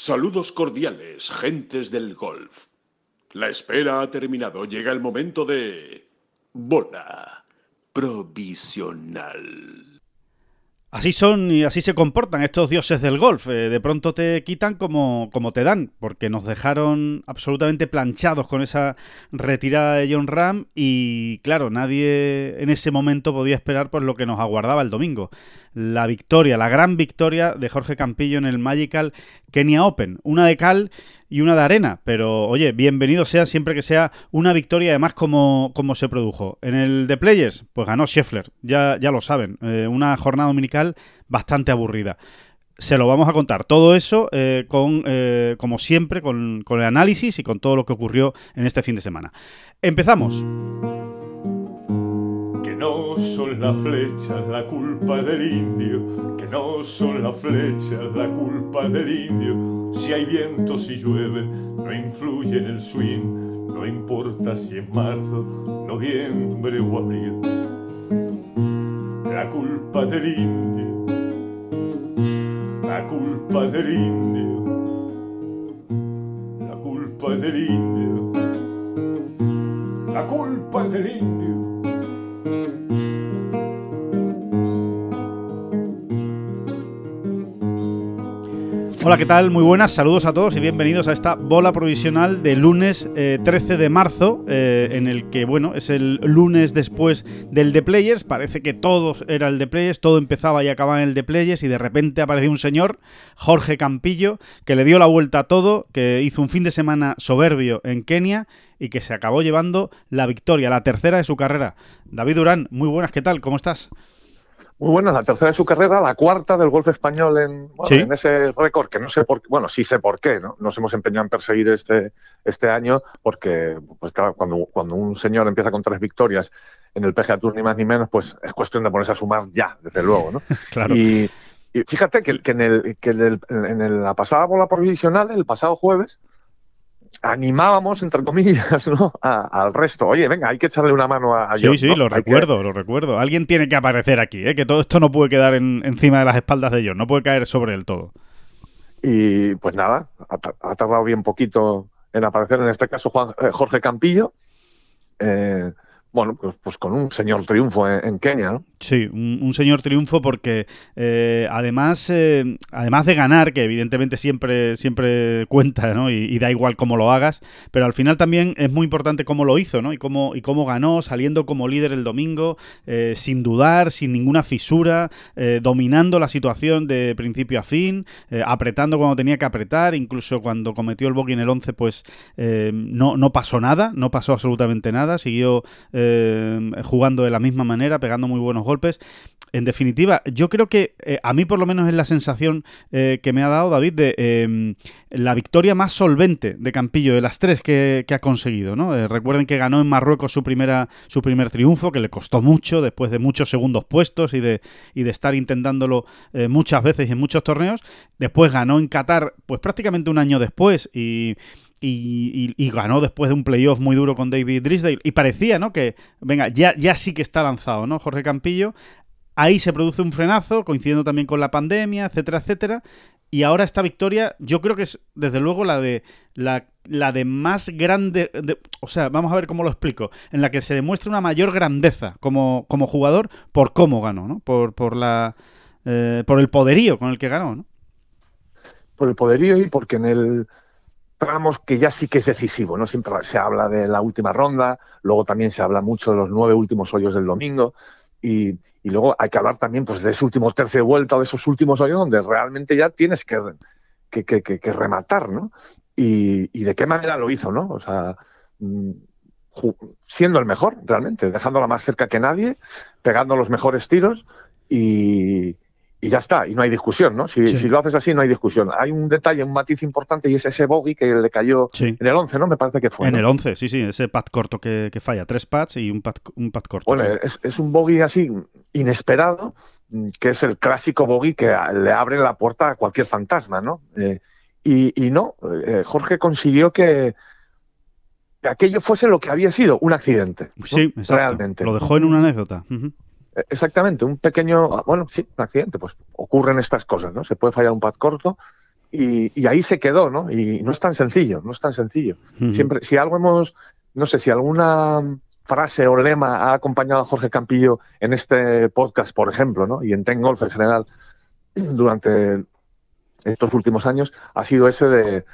Saludos cordiales, gentes del golf. La espera ha terminado. Llega el momento de... bola provisional. Así son y así se comportan estos dioses del golf. De pronto te quitan como te dan, porque nos dejaron absolutamente planchados con esa retirada de Jon Rahm y, claro, nadie en ese momento podía esperar pues lo que nos aguardaba el domingo. La victoria, la gran victoria de Jorge Campillo en el Magical Kenya Open. Una de cal y una de arena, pero oye, bienvenido sea siempre que sea una victoria, además como se produjo. En el The Players, pues ganó Scheffler, ya lo saben, una jornada dominical bastante aburrida. Se lo vamos a contar todo eso como siempre, con el análisis y con todo lo que ocurrió en este fin de semana. Empezamos. Que no son las flechas la culpa del indio, que no son las flechas la culpa del indio. Si hay viento, si llueve, no influye en el swing, no importa si es marzo, noviembre o abril. La culpa del indio, la culpa del indio, la culpa del indio, la culpa del indio. Hola, ¿qué tal? Muy buenas, saludos a todos y bienvenidos a esta bola provisional de lunes 13 de marzo, en el que, bueno, es el lunes después del The Players. Parece que todo era el The Players, todo empezaba y acababa en el The Players y de repente apareció un señor, Jorge Campillo, que le dio la vuelta a todo, que hizo un fin de semana soberbio en Kenia y que se acabó llevando la victoria, la tercera de su carrera. David Durán, muy buenas, ¿qué tal? ¿Cómo estás? Muy buena, la tercera de su carrera, la cuarta del golf español en ese récord, que no sé por qué, bueno, sí sé por qué, ¿no? Nos hemos empeñado en perseguir este año, porque, pues claro, cuando un señor empieza con 3 victorias en el PGA Tour, ni más ni menos, pues es cuestión de ponerse a sumar ya, desde luego, ¿no? Claro. Y fíjate que en la pasada bola provisional, el pasado jueves, animábamos, entre comillas, ¿no? al resto. Oye, venga, hay que echarle una mano a Jon, Sí, ¿no? lo recuerdo. Alguien tiene que aparecer aquí, que todo esto no puede quedar encima de las espaldas de Jon, no puede caer sobre él todo. Y pues nada, ha tardado bien poquito en aparecer, en este caso Jorge Campillo. Bueno, pues con un señor triunfo en Kenia, ¿no? Sí, un señor triunfo porque además de ganar, que evidentemente siempre cuenta, ¿no? Y da igual cómo lo hagas, pero al final también es muy importante cómo lo hizo, ¿no? Y cómo ganó, saliendo como líder el domingo, sin dudar, sin ninguna fisura, dominando la situación de principio a fin, apretando cuando tenía que apretar, incluso cuando cometió el bogey en el 11, pues no pasó nada, no pasó absolutamente nada, siguió jugando de la misma manera, pegando muy buenos golpes. En definitiva, yo creo que a mí por lo menos es la sensación que me ha dado, David, de la victoria más solvente de Campillo, de las 3 que ha conseguido, ¿no? Recuerden que ganó en Marruecos su primer triunfo, que le costó mucho, después de muchos segundos puestos y de estar intentándolo muchas veces y en muchos torneos. Después ganó en Qatar, pues prácticamente un año después, y ganó después de un playoff muy duro con David Drysdale, y parecía, ¿no?, que venga, ya sí que está lanzado, ¿no?, Jorge Campillo. Ahí se produce un frenazo, coincidiendo también con la pandemia, etcétera, etcétera, y ahora esta victoria yo creo que es desde luego la de más grande, o sea, vamos a ver cómo lo explico, en la que se demuestra una mayor grandeza como jugador por cómo ganó, ¿no?, por el poderío con el que ganó, ¿no? Por el poderío y porque en el tramos que ya sí que es decisivo, ¿no? Siempre se habla de la última ronda, luego también se habla mucho de los 9 últimos hoyos del domingo y luego hay que hablar también pues de ese último tercio de vuelta o de esos últimos hoyos donde realmente ya tienes que rematar, ¿no? Y de qué manera lo hizo, ¿no? O sea, siendo el mejor realmente, dejándola más cerca que nadie, pegando los mejores tiros y ya está, y no hay discusión, ¿no? Si lo haces así, no hay discusión. Hay un detalle, un matiz importante, y es ese bogey que le cayó en el 11, ¿no? Me parece que fue, en ¿no? el 11, sí, ese pad corto que falla. 3 pads y un pad corto. Bueno, sí. Es un bogey así, inesperado, que es el clásico bogey que le abre la puerta a cualquier fantasma, ¿no? Y no, Jorge consiguió que aquello fuese lo que había sido, un accidente, ¿no? Sí, exacto. Realmente. Lo dejó en una anécdota. Uh-huh. Exactamente, un pequeño, bueno, sí, un accidente, pues ocurren estas cosas, ¿no? Se puede fallar un pad corto y ahí se quedó, ¿no? Y no es tan sencillo, no es tan sencillo. Siempre, si algo no sé, si alguna frase o lema ha acompañado a Jorge Campillo en este podcast, por ejemplo, ¿no? Y en Ten Golf en general, durante estos últimos años, ha sido ese de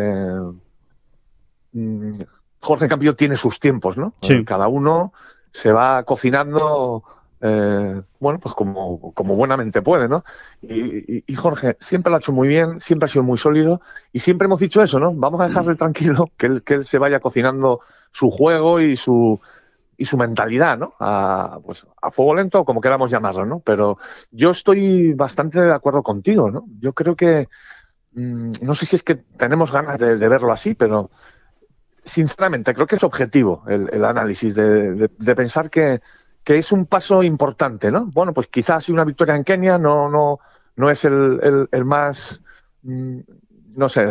Jorge Campillo tiene sus tiempos, ¿no? Sí. Cada uno se va cocinando, bueno, pues como buenamente puede, ¿no? Y Jorge siempre lo ha hecho muy bien, siempre ha sido muy sólido, y siempre hemos dicho eso, ¿no? Vamos a dejarle tranquilo, que él se vaya cocinando su juego y su mentalidad, ¿no? Pues a fuego lento, o como queramos llamarlo, ¿no? Pero yo estoy bastante de acuerdo contigo, ¿no? Yo creo que, no sé si es que tenemos ganas de verlo así, pero sinceramente creo que es objetivo el análisis de pensar que es un paso importante, ¿no? Bueno, pues quizás una victoria en Kenia no es el más, no sé,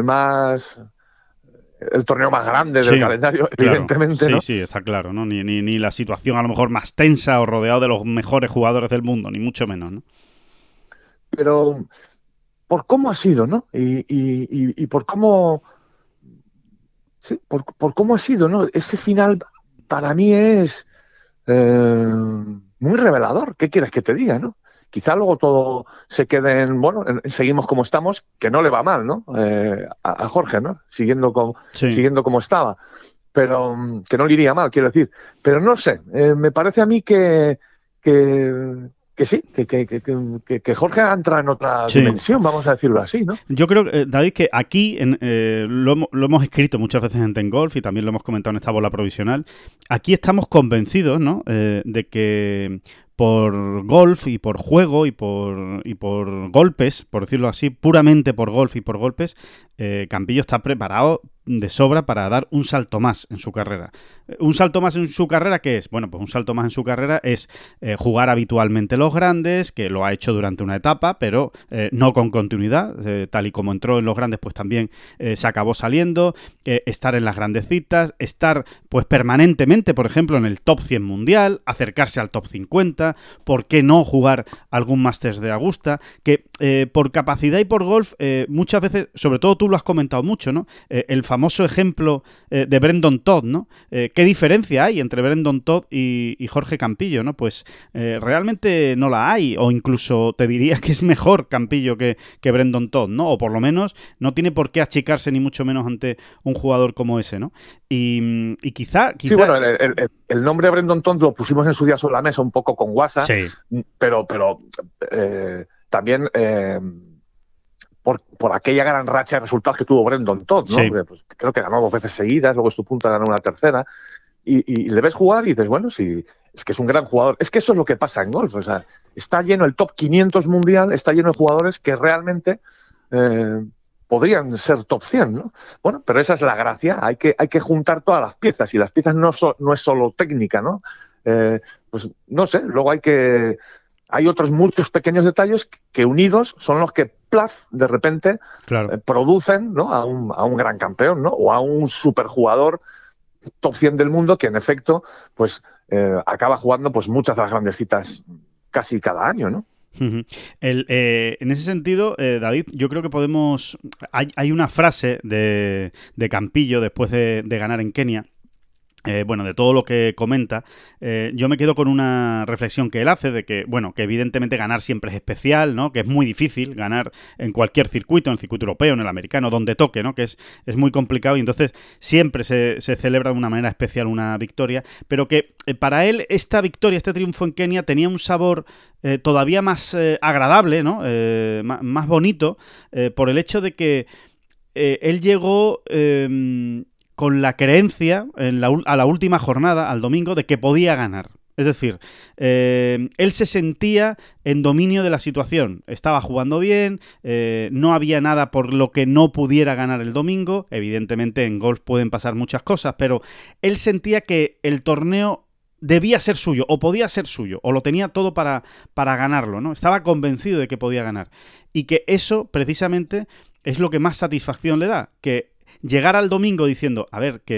el torneo más grande del calendario, claro, evidentemente, ¿no? Sí, está claro, ¿no? Ni la situación a lo mejor más tensa o rodeado de los mejores jugadores del mundo, ni mucho menos, ¿no? Pero por cómo ha sido, ¿no? Y por cómo... Sí, por cómo ha sido, ¿no? Ese final para mí es muy revelador. ¿Qué quieres que te diga, no? Quizá luego todo se quede seguimos como estamos, que no le va mal, ¿no? A Jorge, ¿no? Siguiendo como estaba. Pero que no le iría mal, quiero decir. Pero no sé, me parece a mí que sí, que Jorge entra en otra dimensión, vamos a decirlo así, ¿no? Yo creo, David, que aquí lo hemos escrito muchas veces en Ten Golf y también lo hemos comentado en esta bola provisional. Aquí estamos convencidos, ¿no? De que por golf y por juego y por golpes, por decirlo así, puramente por golf y por golpes, Campillo está preparado de sobra para dar un salto más en su carrera. ¿Un salto más en su carrera qué es? Bueno, pues un salto más en su carrera es jugar habitualmente los grandes, que lo ha hecho durante una etapa, pero no con continuidad, tal y como entró en los grandes, pues también se acabó saliendo, estar en las grandes citas, estar pues permanentemente, por ejemplo, en el top 100 mundial, acercarse al top 50, ¿por qué no jugar algún Masters de Augusta? Que por capacidad y por golf, muchas veces, sobre todo tú lo has comentado mucho, ¿no? El famoso ejemplo de Brendan Todd, ¿no? ¿Qué diferencia hay entre Brendan Todd y Jorge Campillo, ¿no? Pues realmente no la hay, o incluso te diría que es mejor Campillo que Brendan Todd, ¿no? O por lo menos no tiene por qué achicarse ni mucho menos ante un jugador como ese, ¿no? Y quizá... Sí, bueno, el nombre Brendan Todd lo pusimos en su día sobre la mesa un poco con WhatsApp, sí. pero también... Por aquella gran racha de resultados que tuvo Brendan Todd, ¿no? Sí. Pues creo que ganó 2 veces seguidas, luego estuvo a punto de ganar una tercera, y le ves jugar y dices, bueno, sí, es que es un gran jugador. Es que eso es lo que pasa en golf, o sea, está lleno el top 500 mundial, está lleno de jugadores que realmente podrían ser top 100, ¿no? Bueno, pero esa es la gracia, hay que juntar todas las piezas, y las piezas no es solo técnica, ¿no? Pues no sé, luego hay otros muchos pequeños detalles que unidos son los que de repente producen, ¿no? a un gran campeón, ¿no? O a un superjugador top 100 del mundo que en efecto pues acaba jugando pues muchas de las grandes citas casi cada año, ¿no? En ese sentido, David, yo creo que podemos... Hay una frase de Campillo después de ganar en Kenia. Bueno, de todo lo que comenta, yo me quedo con una reflexión que él hace de que, bueno, que evidentemente ganar siempre es especial, ¿no? Que es muy difícil ganar en cualquier circuito, en el circuito europeo, en el americano, donde toque, ¿no? Que es muy complicado, y entonces siempre se celebra de una manera especial una victoria, pero que para él esta victoria, este triunfo en Kenia tenía un sabor todavía más agradable, ¿no? Más bonito, por el hecho de que él llegó... con la creencia a la última jornada, al domingo, de que podía ganar. Es decir, él se sentía en dominio de la situación. Estaba jugando bien, no había nada por lo que no pudiera ganar el domingo. Evidentemente en golf pueden pasar muchas cosas, pero él sentía que el torneo debía ser suyo, o podía ser suyo, o lo tenía todo para ganarlo, ¿no? Estaba convencido de que podía ganar. Y que eso, precisamente, es lo que más satisfacción le da, que llegar al domingo diciendo, a ver, que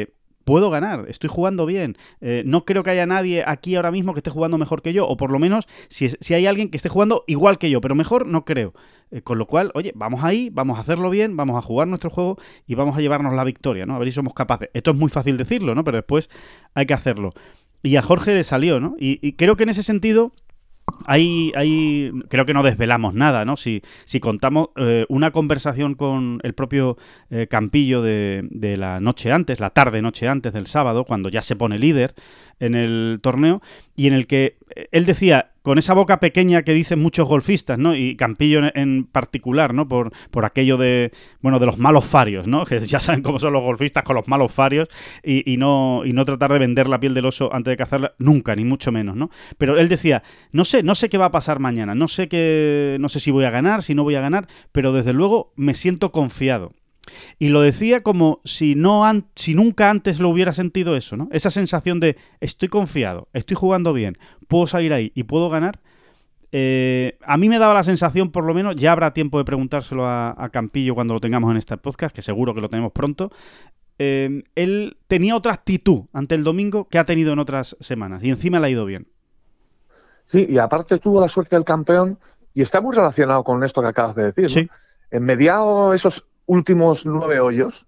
puedo ganar, estoy jugando bien, no creo que haya nadie aquí ahora mismo que esté jugando mejor que yo, o por lo menos si hay alguien que esté jugando igual que yo, pero mejor no creo. Con lo cual, oye, vamos ahí, vamos a hacerlo bien, vamos a jugar nuestro juego y vamos a llevarnos la victoria, ¿no? A ver si somos capaces. Esto es muy fácil decirlo, ¿no? Pero después hay que hacerlo. Y a Jorge le salió, ¿no? Y creo que en ese sentido creo que no desvelamos nada, ¿no? Si contamos una conversación con el propio Campillo de la noche antes, la tarde-noche antes del sábado, cuando ya se pone líder en el torneo, y en el que él decía, con esa boca pequeña que dicen muchos golfistas, ¿no? Y Campillo en particular, ¿no? Por aquello de los malos farios, ¿no? Que ya saben cómo son los golfistas con los malos farios y no tratar de vender la piel del oso antes de cazarla, nunca, ni mucho menos, ¿no? Pero él decía, no sé qué va a pasar mañana, no sé si voy a ganar, si no voy a ganar, pero desde luego me siento confiado. Y lo decía como si nunca antes lo hubiera sentido eso, ¿no? Esa sensación de estoy confiado, estoy jugando bien, puedo salir ahí y puedo ganar. A mí me daba la sensación, por lo menos, ya habrá tiempo de preguntárselo a Campillo cuando lo tengamos en este podcast, que seguro que lo tenemos pronto. Él tenía otra actitud ante el domingo que ha tenido en otras semanas y encima le ha ido bien. Sí, y aparte tuvo la suerte del campeón y está muy relacionado con esto que acabas de decir, ¿no? Sí. En mediado esos últimos 9 hoyos,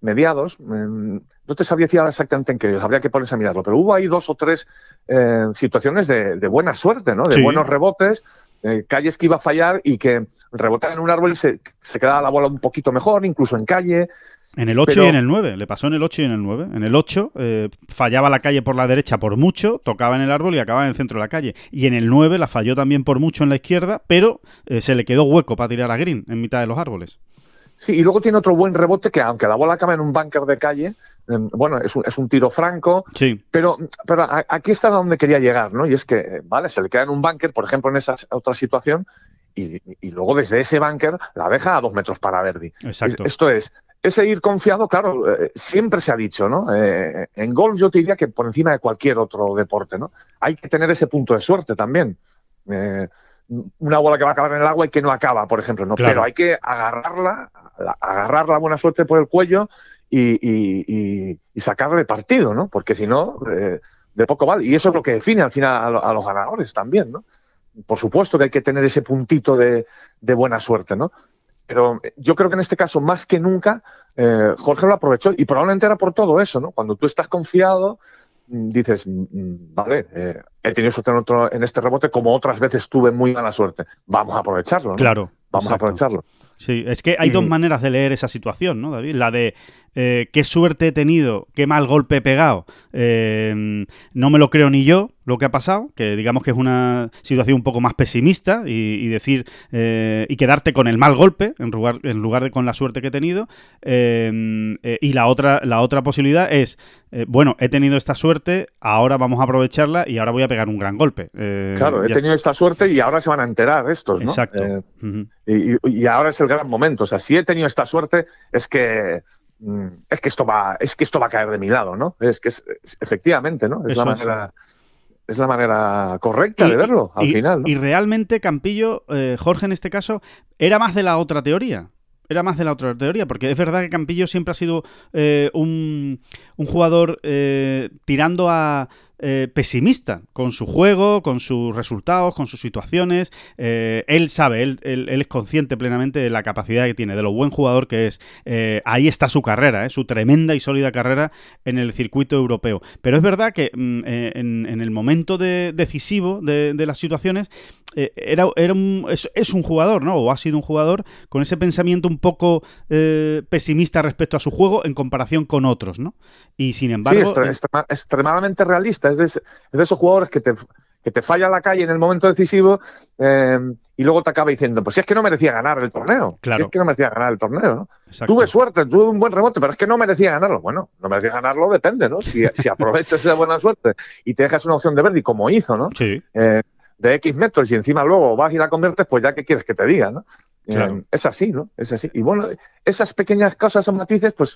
no te sabría decir ahora exactamente en qué, habría que ponerse a mirarlo, pero hubo ahí 2 o 3 situaciones de buena suerte, ¿no? De buenos rebotes, calles que iba a fallar y que rebotaba en un árbol y se quedaba la bola un poquito mejor, incluso en calle. En el 8 y en el 9, le pasó en el 8 y en el 9. En el 8 fallaba la calle por la derecha por mucho, tocaba en el árbol y acababa en el centro de la calle. Y en el 9 la falló también por mucho en la izquierda, pero se le quedó hueco para tirar a green en mitad de los árboles. Sí, y luego tiene otro buen rebote que, aunque la bola acaba en un bunker de calle, bueno, es un tiro franco, sí. Pero aquí está donde quería llegar, ¿no? Y es que, vale, se le queda en un bunker, por ejemplo, en esa otra situación, y luego desde ese bunker la deja a 2 metros para birdie. Exacto. Esto es, ese ir confiado, claro, siempre se ha dicho, ¿no? En golf yo te diría que por encima de cualquier otro deporte, ¿no? Hay que tener ese punto de suerte también. Una bola que va a acabar en el agua y que no acaba, por ejemplo, ¿no? Claro. Pero hay que agarrar la buena suerte por el cuello y sacarle partido, ¿no? Porque si no, de poco vale. Y eso es lo que define al final a los ganadores también, ¿no? Por supuesto que hay que tener ese puntito de buena suerte, ¿no? Pero yo creo que en este caso, más que nunca, Jorge lo aprovechó y probablemente era por todo eso, ¿no? Cuando tú estás confiado, dices, vale, he tenido suerte en este rebote, como otras veces tuve muy mala suerte. Vamos a aprovecharlo, ¿no? Claro. Vamos a aprovecharlo. Sí, es que hay dos maneras de leer esa situación, ¿no, David? La de qué suerte he tenido, qué mal golpe he pegado, no me lo creo ni yo lo que ha pasado, que digamos que es una situación un poco más pesimista y decir y quedarte con el mal golpe en lugar de con la suerte que he tenido, y la otra posibilidad es bueno, he tenido esta suerte, ahora vamos a aprovecharla y ahora voy a pegar un gran golpe. Claro, he tenido esta suerte y ahora se van a enterar estos, ¿no? Exacto. Y ahora es el gran momento. O sea, si he tenido esta suerte, es que esto va a caer de mi lado, ¿no? Efectivamente, ¿no? Es la manera correcta de verlo, al final, ¿no? Y realmente, Campillo, Jorge en este caso, era más de la otra teoría. Porque es verdad que Campillo siempre ha sido un jugador tirando a pesimista con su juego, con sus resultados, con sus situaciones. Él sabe, él es consciente plenamente de la capacidad que tiene, de lo buen jugador que es. Ahí está su carrera, su tremenda y sólida carrera en el circuito europeo. Pero es verdad que en el momento decisivo de las situaciones es un jugador, ¿no? O ha sido un jugador con ese pensamiento un poco pesimista respecto a su juego en comparación con otros, ¿no? Y sin embargo... Sí, extremadamente realista. Es de esos jugadores que te falla la calle en el momento decisivo y luego te acaba diciendo, pues si es que no merecía ganar el torneo. Claro. Si es que no merecía ganar el torneo, ¿no? Exacto. Tuve suerte, tuve un buen rebote, pero es que no merecía ganarlo. Bueno, no merecía ganarlo, depende, ¿no? Si aprovechas esa buena suerte y te dejas una opción de birdie, como hizo, ¿no? Sí. De X metros y encima luego vas y la conviertes, pues ya qué quieres que te diga, ¿no? Claro. Es así, ¿no? Es así. Y bueno, esas pequeñas cosas o matices, pues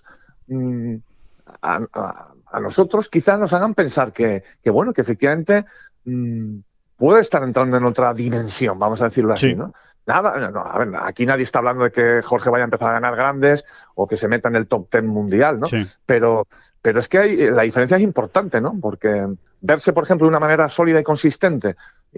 a nosotros quizás nos hagan pensar que efectivamente puede estar entrando en otra dimensión, vamos a decirlo así, sí. ¿no? Nada, no, a ver, aquí nadie está hablando de que Jorge vaya a empezar a ganar grandes o que se meta en el top 10 mundial, ¿no? Sí. Pero es que la diferencia es importante, ¿no? Porque verse, por ejemplo, de una manera sólida y consistente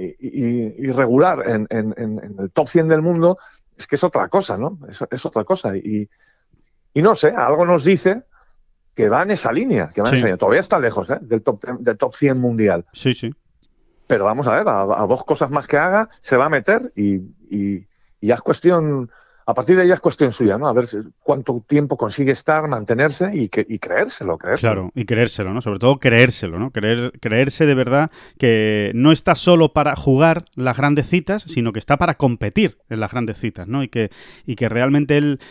y regular en el top 100 del mundo es que es otra cosa, ¿no? Es otra cosa. Y no sé, algo nos dice que va en esa línea, en esa línea. Todavía está lejos, del top 100 mundial. Sí, sí. Pero vamos a ver, a 2 cosas más que haga, se va a meter y ya es cuestión, a partir de ahí es cuestión suya, ¿no? A ver cuánto tiempo consigue estar, mantenerse y creérselo. Claro, y creérselo, ¿no? Sobre todo creérselo, ¿no? Creerse de verdad que no está solo para jugar las grandes citas, sino que está para competir en las grandes citas, ¿no? Y que realmente él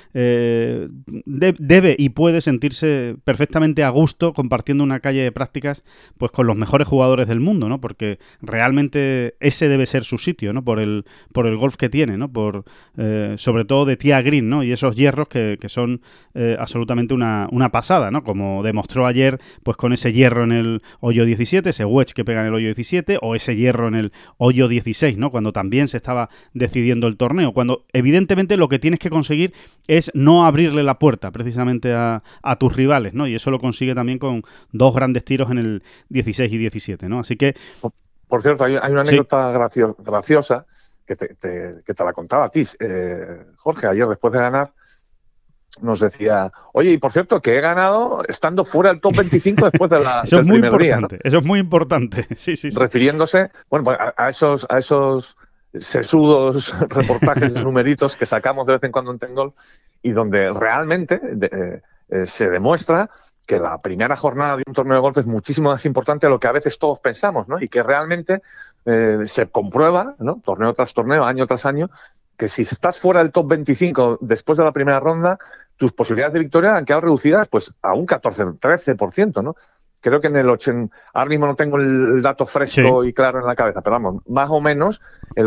debe y puede sentirse perfectamente a gusto compartiendo una calle de prácticas pues con los mejores jugadores del mundo, ¿no? Porque realmente ese debe ser su sitio, ¿no? Por el golf que tiene, ¿no? Sobre todo de tía green, ¿no? Y esos hierros que son absolutamente una pasada, ¿no? Como demostró ayer, pues con ese hierro en el hoyo 17, ese wedge que pega en el hoyo 17, o ese hierro en el hoyo 16, ¿no? Cuando también se estaba decidiendo el torneo, cuando evidentemente lo que tienes que conseguir es no abrirle la puerta precisamente a tus rivales, ¿no? Y eso lo consigue también con 2 grandes tiros en el 16 y 17, ¿no? Así que... Por cierto, hay una anécdota graciosa que te la contaba a ti. Jorge, ayer después de ganar, nos decía, oye, y por cierto, que he ganado estando fuera del top 25 después de eso del es muy primer importante, día, ¿no? Eso es muy importante, sí. Refiriéndose, bueno, pues a esos sesudos reportajes de numeritos que sacamos de vez en cuando en Tengol y donde realmente se demuestra que la primera jornada de un torneo de golf es muchísimo más importante de lo que a veces todos pensamos, ¿no? Y que realmente se comprueba, ¿no? Torneo tras torneo, año tras año, que si estás fuera del top 25 después de la primera ronda, tus posibilidades de victoria han quedado reducidas pues a un 13%, ¿no? Creo que en el 80, ahora mismo no tengo el dato fresco y claro en la cabeza, pero vamos, más o menos el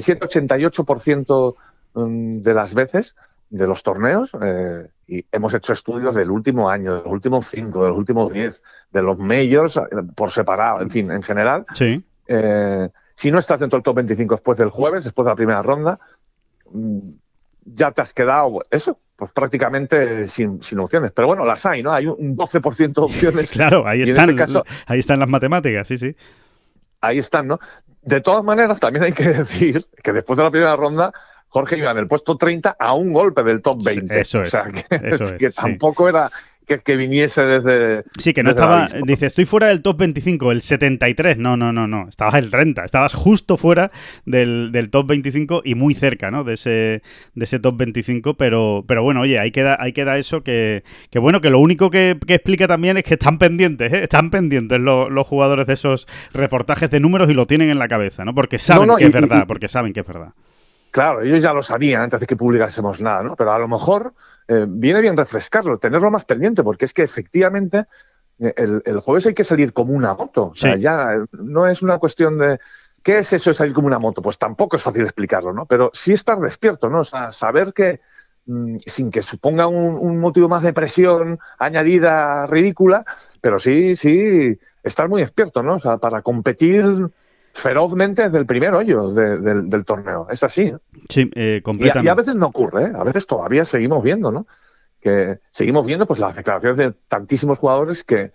87-88% de las veces de los torneos, y hemos hecho estudios del último año, de los últimos 5, de los últimos 10, de los majors por separado, en fin, en general. Sí. Si no estás dentro del top 25 después del jueves, después de la primera ronda, ya te has quedado, eso, pues prácticamente sin opciones. Pero bueno, las hay, ¿no? Hay un 12% de opciones. Claro, ahí están, este caso, ahí están las matemáticas, sí. Ahí están, ¿no? De todas maneras, también hay que decir que después de la primera ronda, Jorge iba en el puesto 30 a un golpe del top 20. Eso es. O sea, que tampoco era que viniese desde... Sí, que no estaba... Dice, estoy fuera del top 25, el 73. No. Estabas el 30. Estabas justo fuera del top 25 y muy cerca, ¿no? De ese top 25. Pero bueno, oye, ahí queda eso que bueno, que lo único que explica también es que están pendientes, Están pendientes los jugadores de esos reportajes de números y lo tienen en la cabeza, ¿no? Porque saben que es verdad, porque saben que es verdad. Claro, ellos ya lo sabían antes de que publicásemos nada, ¿no? Pero a lo mejor viene bien refrescarlo, tenerlo más pendiente, porque es que efectivamente el jueves hay que salir como una moto. O sea, ya no es una cuestión de ¿qué es eso de salir como una moto? Pues tampoco es fácil explicarlo, ¿no? Pero sí estar despierto, ¿no? O sea, saber que sin que suponga un motivo más de presión añadida ridícula, pero sí estar muy despierto, ¿no? O sea, para competir ferozmente desde el primer hoyo del torneo. Es así, ¿no? Sí, completamente. Y a veces no ocurre, A veces todavía seguimos viendo, ¿no? Que seguimos viendo pues las declaraciones de tantísimos jugadores que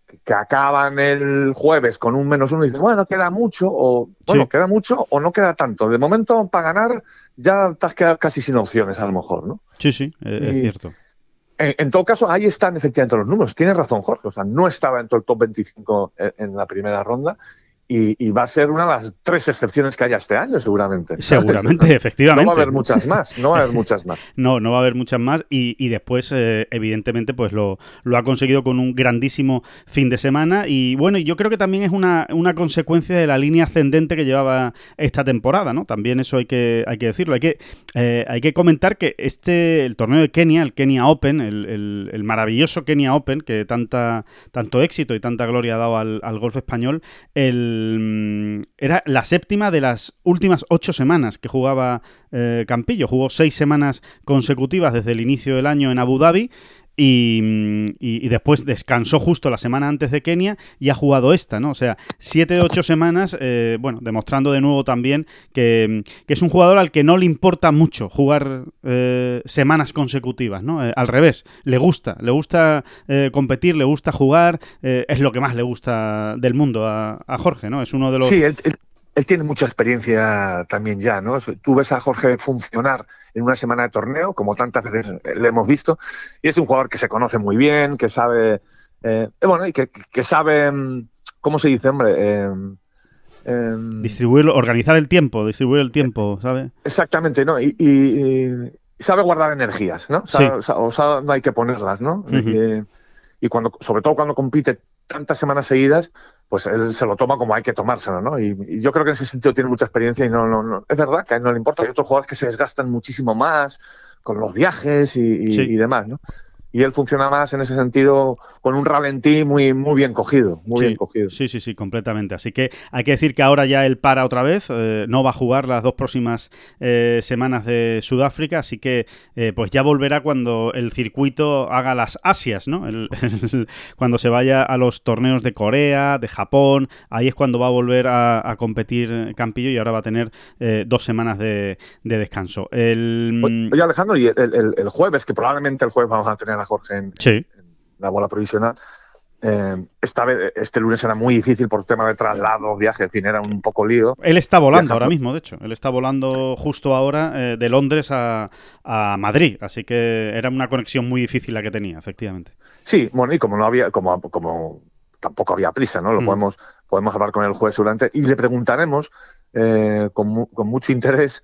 acaban el jueves con un -1 y dicen, bueno, queda mucho, o bueno, queda mucho o no queda tanto. De momento, para ganar, ya te has quedado casi sin opciones, a lo mejor, ¿no? Sí, es cierto. En todo caso, ahí están efectivamente los números. Tienes razón, Jorge. O sea, no estaba dentro del top 25 en la primera ronda. Y va a ser una de las 3 excepciones que haya este año, seguramente. Seguramente, efectivamente. No va a haber muchas más, No va a haber muchas más. Y después, evidentemente, pues lo ha conseguido con un grandísimo fin de semana. Y bueno, yo creo que también es una consecuencia de la línea ascendente que llevaba esta temporada, ¿no? También eso hay que decirlo. Hay que comentar que el torneo de Kenia, el Kenia Open, el maravilloso Kenia Open, que tanto éxito y tanta gloria ha dado al golf español, era la 7ª de las últimas 8 semanas que jugaba Campillo. Jugó 6 semanas consecutivas desde el inicio del año en Abu Dhabi. y después descansó justo la semana antes de Kenia y ha jugado esta, ¿no? O sea, 7 de 8 semanas, bueno, demostrando de nuevo también que es un jugador al que no le importa mucho jugar semanas consecutivas, ¿no? Al revés, le gusta competir, le gusta jugar, es lo que más le gusta del mundo a Jorge, ¿no? Es uno de los... Sí, él tiene mucha experiencia también ya, ¿no? Tú ves a Jorge funcionar en una semana de torneo, como tantas veces le hemos visto, y es un jugador que se conoce muy bien, que sabe, bueno, y que sabe, ¿cómo se dice, hombre? Organizar el tiempo, distribuir el tiempo, ¿sabe? Exactamente, ¿no? Y sabe guardar energías, ¿no? No hay que ponerlas, ¿no? Y cuando, sobre todo cuando compite tantas semanas seguidas, pues él se lo toma como hay que tomárselo, ¿no? Y yo creo que en ese sentido tiene mucha experiencia y no es verdad que a él no le importa. Hay otros jugadores que se desgastan muchísimo más con los viajes y demás, ¿no? Y él funciona más en ese sentido con un ralentí muy bien cogido, bien cogido. Sí, completamente. Así que hay que decir que ahora ya él para otra vez, no va a jugar las 2 próximas semanas de Sudáfrica, así que pues ya volverá cuando el circuito haga las Asias, ¿no? Cuando se vaya a los torneos de Corea, de Japón, ahí es cuando va a volver a competir Campillo y ahora va a tener 2 semanas de descanso. Oye, Alejandro, y el jueves, que probablemente el jueves vamos a tener a Jorge en la bola provisional. Esta vez, este lunes era muy difícil por tema de traslado, viaje, en fin, era un poco lío. Él está volando ahora mismo, de hecho. Él está volando justo ahora de Londres a Madrid, así que era una conexión muy difícil la que tenía, efectivamente. Sí, bueno, y como no había, como tampoco había prisa, ¿no? Lo podemos hablar con él el jueves seguramente y le preguntaremos con mucho interés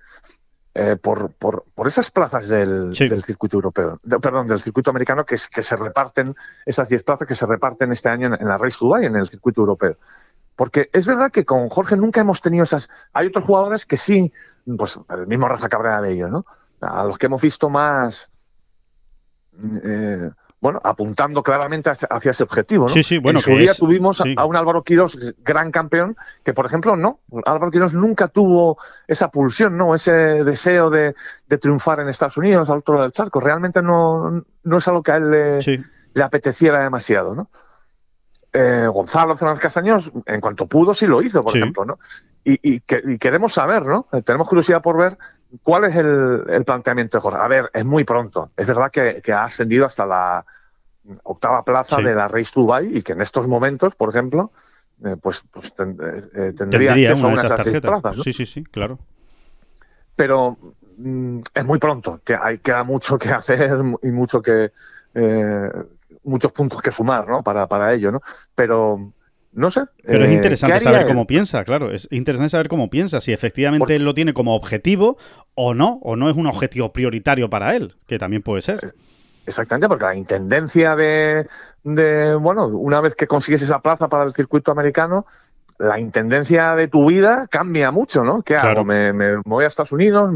por esas plazas del circuito europeo, del circuito americano que se reparten, esas 10 plazas que se reparten este año en la Race to Dubai, en el circuito europeo. Porque es verdad que con Jorge nunca hemos tenido esas... Hay otros jugadores que sí, pues el mismo Rafa Cabrera Bello, ¿no? A los que hemos visto más... apuntando claramente hacia ese objetivo, ¿no? Sí, bueno, en su día tuvimos a un Álvaro Quirós, gran campeón, que por ejemplo no. Álvaro Quirós nunca tuvo esa pulsión, ¿no? Ese deseo de triunfar en Estados Unidos, al otro lado del charco. Realmente no es algo que a él le apeteciera demasiado, ¿no? Gonzalo Fernández Castaños, en cuanto pudo, sí lo hizo, por ejemplo, ¿no? Y queremos saber, ¿no? Tenemos curiosidad por ver cuál es el planteamiento de Jorge. A ver, es muy pronto. Es verdad que ha ascendido hasta la 8ª plaza de la Race to Dubai y que en estos momentos, por ejemplo, tendría acceso a una de esas tarjetas. Plazas, ¿no? Sí, claro. Pero es muy pronto. Queda mucho que hacer y muchos puntos que sumar, ¿no? Para ello, ¿no? Pero no sé. Pero es interesante saber cómo piensa, claro. Es interesante saber cómo piensa, si efectivamente él lo tiene como objetivo o no es un objetivo prioritario para él, que también puede ser. Exactamente, porque la intendencia de una vez que consigues esa plaza para el circuito americano, la intendencia de tu vida cambia mucho, ¿no? ¿Qué hago? ¿Me voy a Estados Unidos?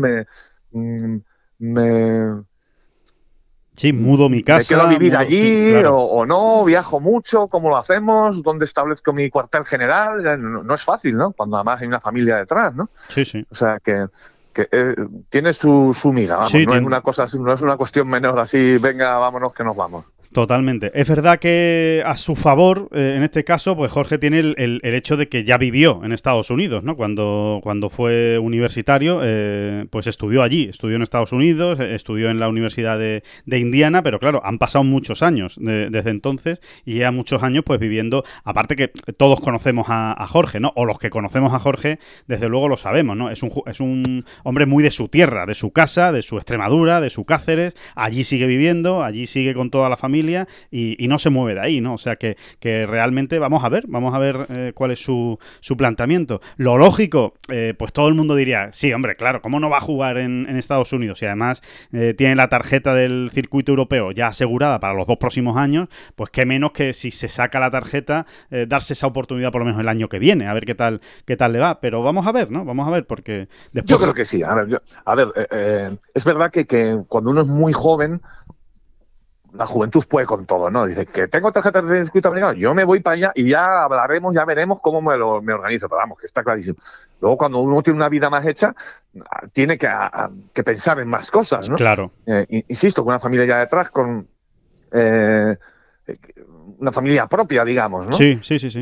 Sí, mudo mi casa. ¿Me quedo a vivir allí o no? ¿Viajo mucho? ¿Cómo lo hacemos? ¿Dónde establezco mi cuartel general? No es fácil, ¿no? Cuando además hay una familia detrás, ¿no? Sí. O sea, que tiene su miga, vamos. No es una cuestión menor así, venga, vámonos que nos vamos. Totalmente. Es verdad que a su favor, en este caso, pues Jorge tiene el hecho de que ya vivió en Estados Unidos, ¿no? Cuando fue universitario, pues estudió allí, estudió en Estados Unidos, estudió en la Universidad de Indiana, pero claro, han pasado muchos años desde entonces y ya muchos años pues viviendo, aparte que todos conocemos a Jorge, ¿no? O los que conocemos a Jorge, desde luego lo sabemos, ¿no? Es un hombre muy de su tierra, de su casa, de su Extremadura, de su Cáceres, allí sigue viviendo, allí sigue con toda la familia y no se mueve de ahí, ¿no? O sea que realmente vamos a ver cuál es su planteamiento. Lo lógico, pues todo el mundo diría, sí, hombre, claro, ¿cómo no va a jugar en Estados Unidos? Y además tiene la tarjeta del circuito europeo ya asegurada para los 2 próximos años, pues qué menos que si se saca la tarjeta, darse esa oportunidad por lo menos el año que viene, a ver qué tal le va. Pero vamos a ver, ¿no? Vamos a ver, porque después... Yo creo que sí. A ver, es verdad que cuando uno es muy joven, la juventud puede con todo, ¿no? Dice que tengo tarjeta de circuito americano, yo me voy para allá y ya hablaremos, ya veremos cómo me organizo, pero vamos, que está clarísimo. Luego, cuando uno tiene una vida más hecha, tiene que pensar en más cosas, ¿no? Claro. Insisto, con una familia ya detrás, con una familia propia, digamos, ¿no? Sí.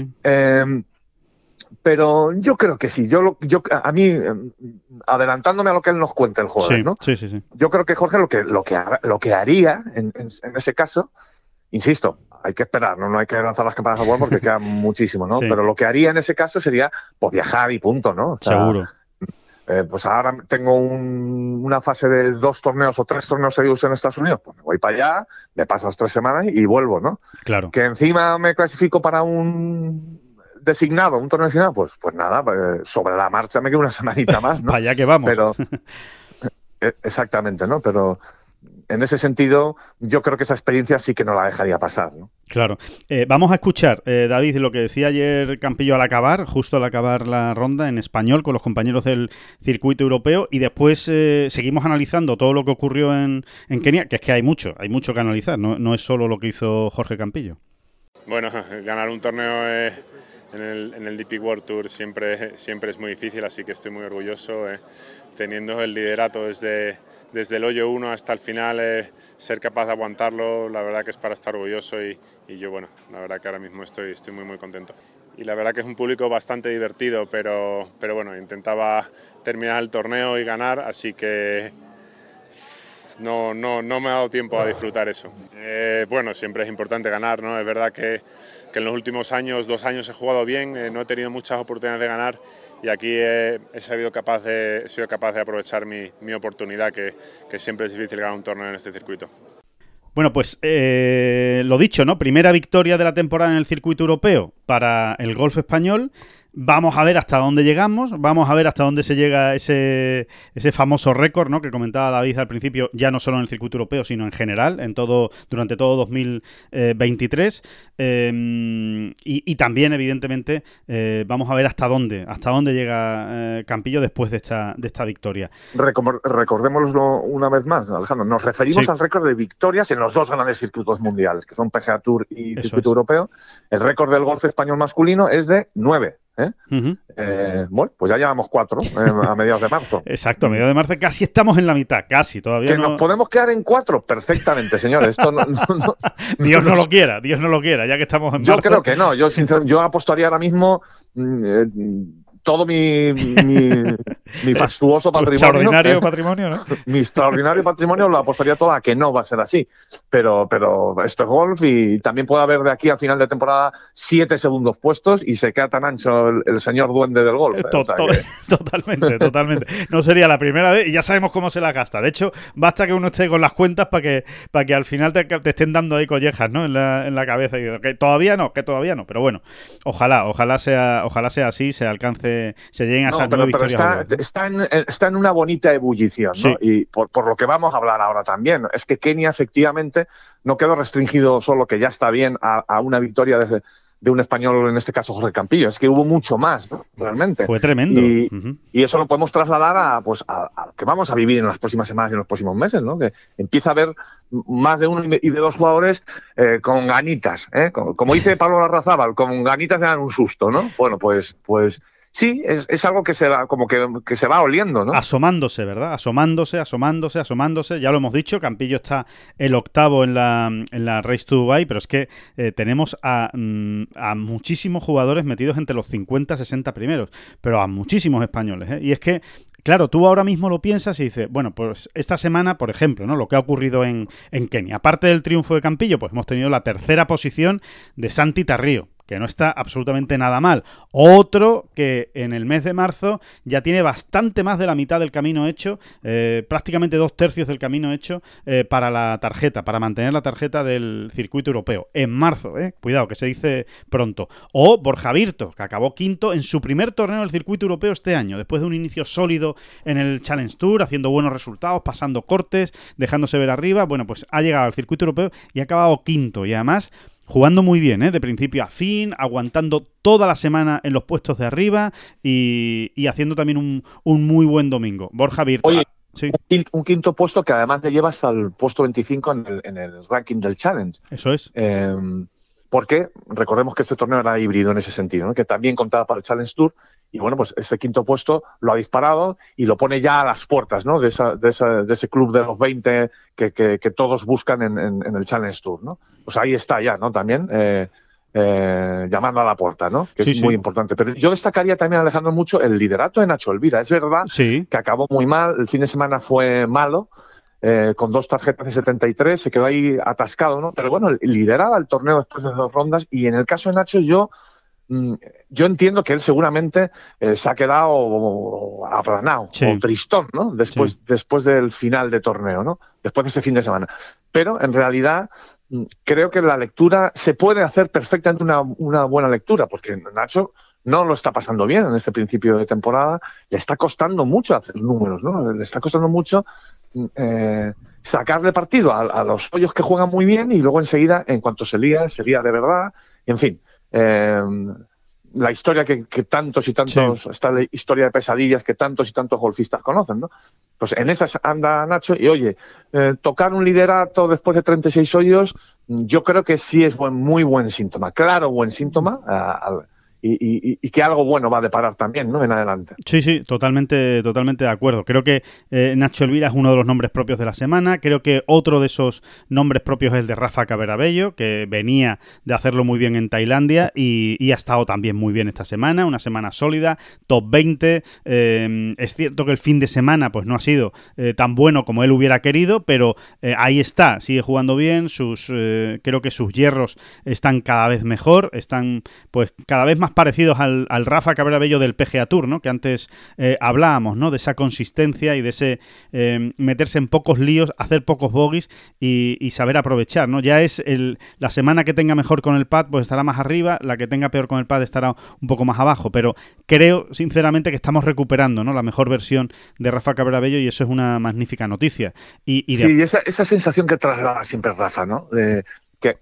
Pero yo creo que sí. A mí, adelantándome a lo que él nos cuenta el jueves, ¿no? Sí. Yo creo que Jorge lo que haría en ese caso, insisto, hay que esperar, no hay que lanzar las campanas al vuelo porque queda muchísimo, ¿no? Sí. Pero lo que haría en ese caso sería pues viajar y punto, ¿no? O sea, Seguro. Pues ahora tengo una fase de 2 torneos o 3 torneos seguidos en Estados Unidos, pues me voy para allá, me paso las 3 semanas y vuelvo, ¿no? Claro. Que encima me clasifico para un torneo designado, pues nada, sobre la marcha me queda una semanita más, ¿no? Para allá que vamos. Pero, exactamente, ¿no? Pero en ese sentido, yo creo que esa experiencia sí que no la dejaría pasar, ¿no? Claro. Vamos a escuchar, David, lo que decía ayer Campillo justo al acabar la ronda en español con los compañeros del circuito europeo, y después seguimos analizando todo lo que ocurrió en Kenia, que es que hay mucho que analizar, no es solo lo que hizo Jorge Campillo. Bueno, ganar un torneo en el DP World Tour siempre es muy difícil, así que estoy muy orgulloso, teniendo el liderato desde el hoyo 1 hasta el final, ser capaz de aguantarlo, la verdad que es para estar orgulloso y yo, bueno, la verdad que ahora mismo estoy muy contento. Y la verdad que es un público bastante divertido, pero bueno, intentaba terminar el torneo y ganar, así que no me ha dado tiempo a disfrutar eso. Bueno, siempre es importante ganar, ¿no? Es verdad que en los últimos 2 años he jugado bien, no he tenido muchas oportunidades de ganar y aquí he sido capaz de aprovechar mi oportunidad, que siempre es difícil ganar un torneo en este circuito. Bueno, pues lo dicho, ¿no? Primera victoria de la temporada en el circuito europeo para el golf español. Vamos a ver hasta dónde llegamos, vamos a ver hasta dónde se llega ese famoso récord, ¿no?, que comentaba David al principio, ya no solo en el circuito europeo, sino en general, durante todo 2023. Y también, evidentemente, vamos a ver hasta dónde llega Campillo después de esta victoria. Recordémoslo una vez más, Alejandro. Nos referimos al récord de victorias en los 2 grandes circuitos mundiales, que son PGA Tour y circuito europeo. El récord del golf español masculino es de 9. Bueno, pues ya llevamos 4 a mediados de marzo. Exacto, a mediados de marzo casi estamos en la mitad, casi, todavía ¿Que nos podemos quedar en 4? Perfectamente, señores. Esto no. Dios no lo quiera, ya que estamos en marzo. Yo creo que no, yo apostaría ahora mismo todo mi fastuoso patrimonio. Extraordinario patrimonio, ¿no? Mi extraordinario patrimonio lo apostaría todo a que no va a ser así. Pero esto es golf y también puede haber de aquí al final de temporada 7 segundos puestos y se queda tan ancho el señor duende del golf. Totalmente. No sería la primera vez y ya sabemos cómo se la gasta. De hecho, basta que uno esté con las cuentas para que al final te estén dando ahí collejas, ¿no?, en la cabeza. Y que todavía no. Pero bueno, ojalá sea así, se lleguen a esas 9 victorias. Está en una bonita ebullición, ¿no? Sí. Y por lo que vamos a hablar ahora también, es que Kenia efectivamente no quedó restringido solo, que ya está bien, a una victoria de un español, en este caso Jorge Campillo. Es que hubo mucho más, ¿no?, realmente. Fue tremendo. Y eso lo podemos trasladar a que vamos a vivir en las próximas semanas y en los próximos meses, ¿no? Que empieza a haber más de 1 y de 2 jugadores con ganitas, como dice Pablo Larrazábal, con ganitas de dar un susto, ¿no? Bueno, pues sí, es algo que se va, como que se va oliendo, ¿no? Asomándose, ¿verdad? Asomándose. Ya lo hemos dicho, Campillo está el 8º en la Race to Dubai, pero es que tenemos a muchísimos jugadores metidos entre los 50-60 primeros, pero a muchísimos españoles, ¿eh? Y es que, claro, tú ahora mismo lo piensas y dices, bueno, pues esta semana, por ejemplo, ¿no?, lo que ha ocurrido en Kenia. Aparte del triunfo de Campillo, pues hemos tenido la 3ª posición de Santi Tarrío, que no está absolutamente nada mal. Otro que en el mes de marzo ya tiene bastante más de la mitad del camino hecho, prácticamente 2/3 del camino hecho para mantener la tarjeta del circuito europeo. En marzo, cuidado, que se dice pronto. O Borja Virto, que acabó 5º en su primer torneo del circuito europeo este año, después de un inicio sólido en el Challenge Tour, haciendo buenos resultados, pasando cortes, dejándose ver arriba. Bueno, pues ha llegado al circuito europeo y ha acabado 5º, y además jugando muy bien, de principio a fin, aguantando toda la semana en los puestos de arriba y haciendo también un muy buen domingo. Borja Virto. Oye, sí. un 5º puesto que además le lleva hasta el puesto 25 en el ranking del Challenge. Eso es. Porque recordemos que este torneo era híbrido en ese sentido, ¿no?, que también contaba para el Challenge Tour y bueno, pues ese quinto puesto lo ha disparado y lo pone ya a las puertas, ¿no? De ese club de los 20 que todos buscan en el Challenge Tour, ¿no? Pues ahí está ya, ¿no? También llamando a la puerta, ¿no? Que es muy importante. Pero yo destacaría también, Alejandro, mucho el liderato de Nacho Elvira. Es verdad que acabó muy mal, el fin de semana fue malo, con 2 tarjetas de 73, se quedó ahí atascado, ¿no? Pero bueno, lideraba el torneo después de 2 rondas y en el caso de Nacho yo entiendo que él seguramente se ha quedado aplanado o tristón, ¿no? Después del final de torneo, ¿no? Después de ese fin de semana. Pero en realidad creo que la lectura se puede hacer perfectamente una buena lectura, porque Nacho no lo está pasando bien en este principio de temporada, le está costando mucho hacer números, ¿no? Le está costando mucho sacarle partido a los hoyos que juegan muy bien y luego enseguida, en cuanto se lía de verdad, en fin. La historia que tantos y tantos, esta historia de pesadillas que tantos y tantos golfistas conocen, ¿no? Pues en esas anda Nacho y oye, tocar un liderato después de 36 hoyos, yo creo que sí es muy buen síntoma, claro, buen síntoma, y que algo bueno va a deparar también, ¿no? En adelante. Sí, totalmente de acuerdo. Creo que Nacho Elvira es uno de los nombres propios de la semana. Creo que otro de esos nombres propios es el de Rafa Cabrera-Bello, que venía de hacerlo muy bien en Tailandia y ha estado también muy bien esta semana. Una semana sólida, top 20. Es cierto que el fin de semana pues no ha sido tan bueno como él hubiera querido, pero ahí está, sigue jugando bien. Creo que sus hierros están cada vez mejor, están pues cada vez más parecidos al Rafa Cabrera-Bello del PGA Tour, ¿no? Que antes hablábamos, ¿no? De esa consistencia y de ese meterse en pocos líos, hacer pocos bogies y saber aprovechar, ¿no? Ya es la semana que tenga mejor con el pad, pues estará más arriba, la que tenga peor con el pad estará un poco más abajo, pero creo sinceramente que estamos recuperando, ¿no? La mejor versión de Rafa Cabrera-Bello y eso es una magnífica noticia. Sí, esa sensación que traslada siempre Rafa, ¿no? Que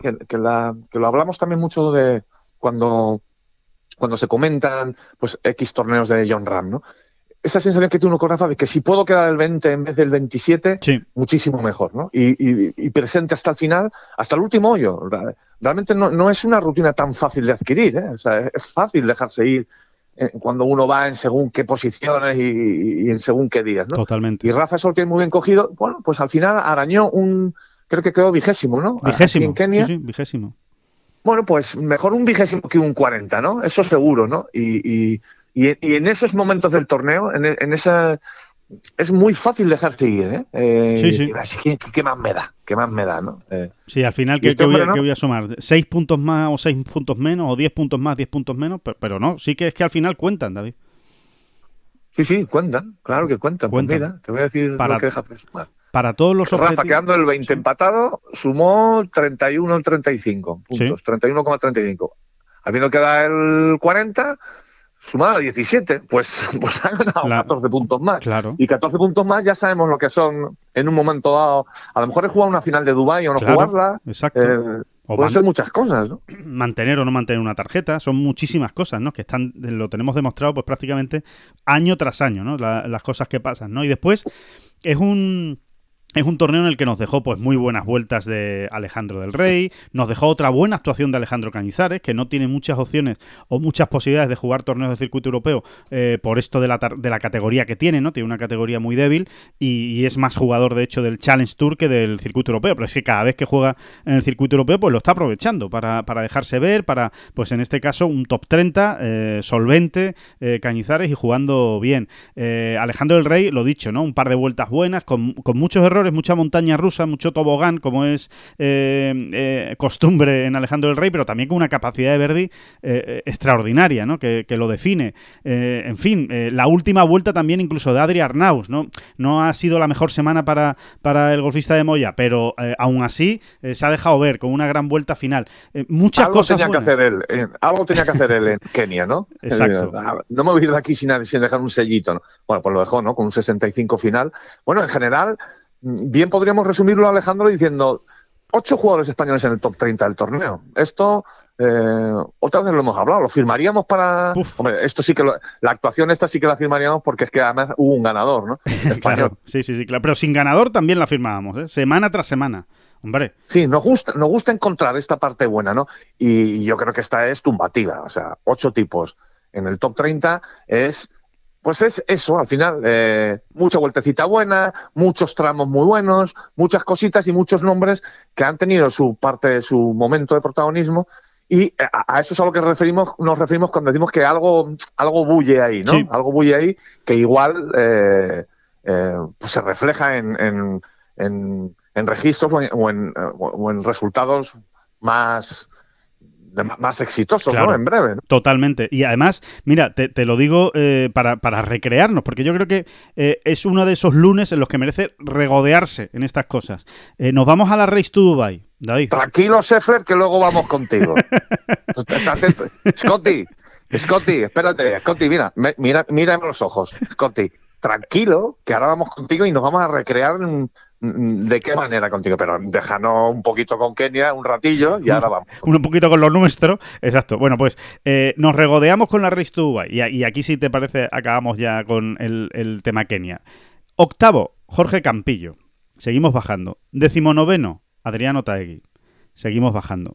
lo hablamos también mucho de cuando se comentan pues X torneos de Jon Rahm, ¿no? Esa sensación que tiene uno con Rafa de que si puedo quedar el 20 en vez del 27, muchísimo mejor, ¿no? Y presente hasta el final, hasta el último hoyo. Realmente no es una rutina tan fácil de adquirir, ¿eh? O sea, es fácil dejarse ir cuando uno va en según qué posiciones y en según qué días, ¿no? Totalmente. Y Rafa eso lo tiene muy bien cogido. Bueno, pues al final arañó creo que quedó 20º, ¿no? 20º, en Kenia. Sí, 20º. Bueno, pues mejor un 20º que un 40, ¿no? Eso seguro, ¿no? Y en esos momentos del torneo, en esa es muy fácil dejarse ir, ¿eh? Sí. Así que ¿qué más me da, ¿no? Sí, al final, ¿qué voy a sumar? ¿6 puntos más o 6 puntos menos? ¿O 10 puntos más, 10 puntos menos? Pero no, sí que es que al final cuentan, David. Sí, cuentan, claro que cuentan. Pues mira, te voy a decir lo que dejas de sumar. Para todos los objetivos. Rafa, quedando el 20 empatado, sumó 31 el 35 puntos, 31,35. Habiendo quedado el 40, sumado a 17, pues ha ganado 14 puntos más. Claro. Y 14 puntos más ya sabemos lo que son en un momento dado. A lo mejor es jugar una final de Dubái o no jugarla. Exacto. Pueden ser muchas cosas, ¿no? Mantener o no mantener una tarjeta, son muchísimas cosas, ¿no? Que lo tenemos demostrado pues prácticamente año tras año, ¿no? Las cosas que pasan, ¿no? Y después es un torneo en el que nos dejó pues muy buenas vueltas de Alejandro del Rey, nos dejó otra buena actuación de Alejandro Cañizares, que no tiene muchas opciones o muchas posibilidades de jugar torneos de circuito europeo por esto de la categoría que tiene, ¿no? Tiene una categoría muy débil y es más jugador de hecho del Challenge Tour que del circuito europeo, pero es que cada vez que juega en el circuito europeo pues lo está aprovechando para dejarse ver, para pues en este caso un top 30 solvente, Cañizares y jugando bien. Alejandro del Rey, lo dicho, ¿no? Un par de vueltas buenas, con muchos errores, mucha montaña rusa, mucho tobogán, como es costumbre en Alejandro del Rey, pero también con una capacidad de birdie extraordinaria, ¿no? Que lo define. En fin, la última vuelta también incluso de Adri Arnaus, ¿no? No ha sido la mejor semana para el golfista de Moya, pero aún así se ha dejado ver con una gran vuelta final. Muchas cosas buenas. Algo tenía que hacer él en Kenia, ¿no? Exacto. No me voy a ir de aquí sin dejar un sellito, ¿no? Bueno, pues lo dejó, ¿no? Con un 65 final. Bueno, en general, bien podríamos resumirlo, Alejandro, diciendo 8 jugadores españoles en el top 30 del torneo. Esto, otra vez lo hemos hablado, lo firmaríamos para... Hombre, esto sí que la actuación esta sí que la firmaríamos porque es que además hubo un ganador, ¿no? Claro, sí, claro. Pero sin ganador también la firmábamos, ¿eh? Semana tras semana. Hombre. Sí, nos gusta encontrar esta parte buena, ¿no? Y yo creo que esta es tumbativa. O sea, 8 tipos en el top 30 es eso, al final, mucha vueltecita buena, muchos tramos muy buenos, muchas cositas y muchos nombres que han tenido su momento de protagonismo, y a eso es a lo que nos referimos cuando decimos que algo bulle ahí, ¿no? Sí. Algo bulle ahí que igual pues se refleja en registros o en resultados más exitosos, Claro, ¿no? En breve, ¿no? Totalmente. Y además, mira, te lo digo para recrearnos, porque yo creo que es uno de esos lunes en los que merece regodearse en estas cosas. Nos vamos a la Race to Dubai, David. Tranquilo, Sheffler, que luego vamos contigo. Scotty, espérate, Scotty, mírame los ojos. Scotty, tranquilo, que ahora vamos contigo y nos vamos a recrear de qué manera contigo, pero déjanos un poquito con Kenia, un ratillo, y ahora vamos. Un poquito con lo nuestro, exacto. Bueno, pues nos regodeamos con la Race to Dubai, y aquí, si te parece, acabamos ya con el tema Kenia. Octavo, Jorge Campillo. Seguimos bajando. 19º, Adriano Taegui. Seguimos bajando.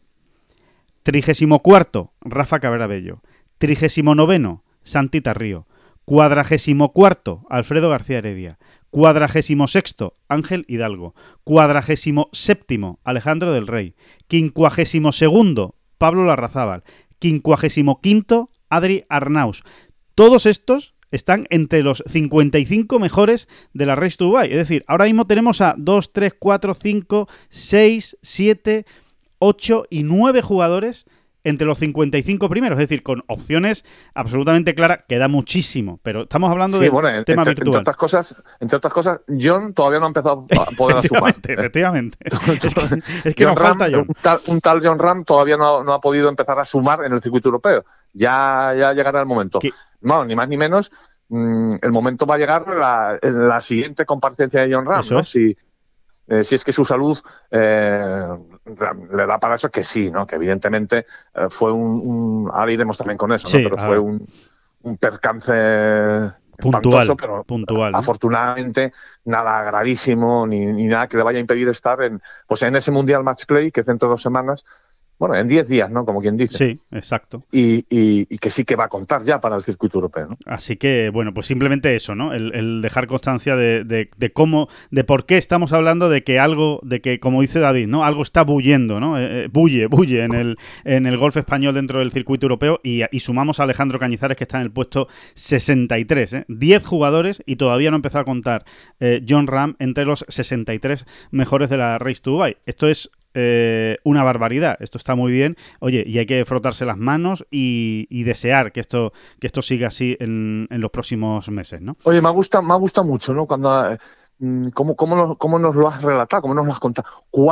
34º, Rafa Cabrera Bello. 39º, Santi Tarrío. 44º, Alfredo García Heredia. 46º, Ángel Hidalgo. 47º, Alejandro del Rey. 52º, Pablo Larrazábal. 55º, Adri Arnaus. Todos estos están entre los 55 mejores de la Race to Dubai. Es decir, ahora mismo tenemos a 2, 3, 4, 5, 6, 7, 8 y 9 jugadores entre los 55 primeros, es decir, con opciones absolutamente claras. Queda muchísimo, pero estamos hablando del tema virtual. Entre otras cosas, John todavía no ha empezado a poder asumir. Efectivamente. Es que nos falta John. Un tal John Ram todavía no ha podido empezar a sumar en el circuito europeo. Ya llegará el momento. No, ni más ni menos, el momento va a llegar en la siguiente comparecencia de John Ram, Eso ¿no? es. Si es que su salud le da para eso, que sí, ¿no? Que evidentemente fue ahora iremos también con eso, ¿no? Sí, pero fue un percance puntual, pero puntual, ¿no? Afortunadamente nada gravísimo ni nada que le vaya a impedir estar en ese Mundial Match Play que es dentro de 2 semanas. Bueno, en 10 días, ¿no? Como quien dice. Sí, exacto. Y que sí que va a contar ya para el circuito europeo, ¿no? Así que, bueno, pues simplemente eso, ¿no? El dejar constancia de cómo, de por qué estamos hablando de que, como dice David, ¿no? Algo está bullendo, ¿no? Bulle en el golf español dentro del circuito europeo, y sumamos a Alejandro Cañizares, que está en el puesto 63, ¿eh? 10 jugadores y todavía no ha empezado a contar John Ram entre los 63 mejores de la Race to Dubai. Esto es una barbaridad. Esto está muy bien. Oye, y hay que frotarse las manos y desear que esto siga así en los próximos meses, ¿no? Oye, me gusta mucho, ¿no? Cuando cómo nos lo has relatado, cómo nos lo has contado.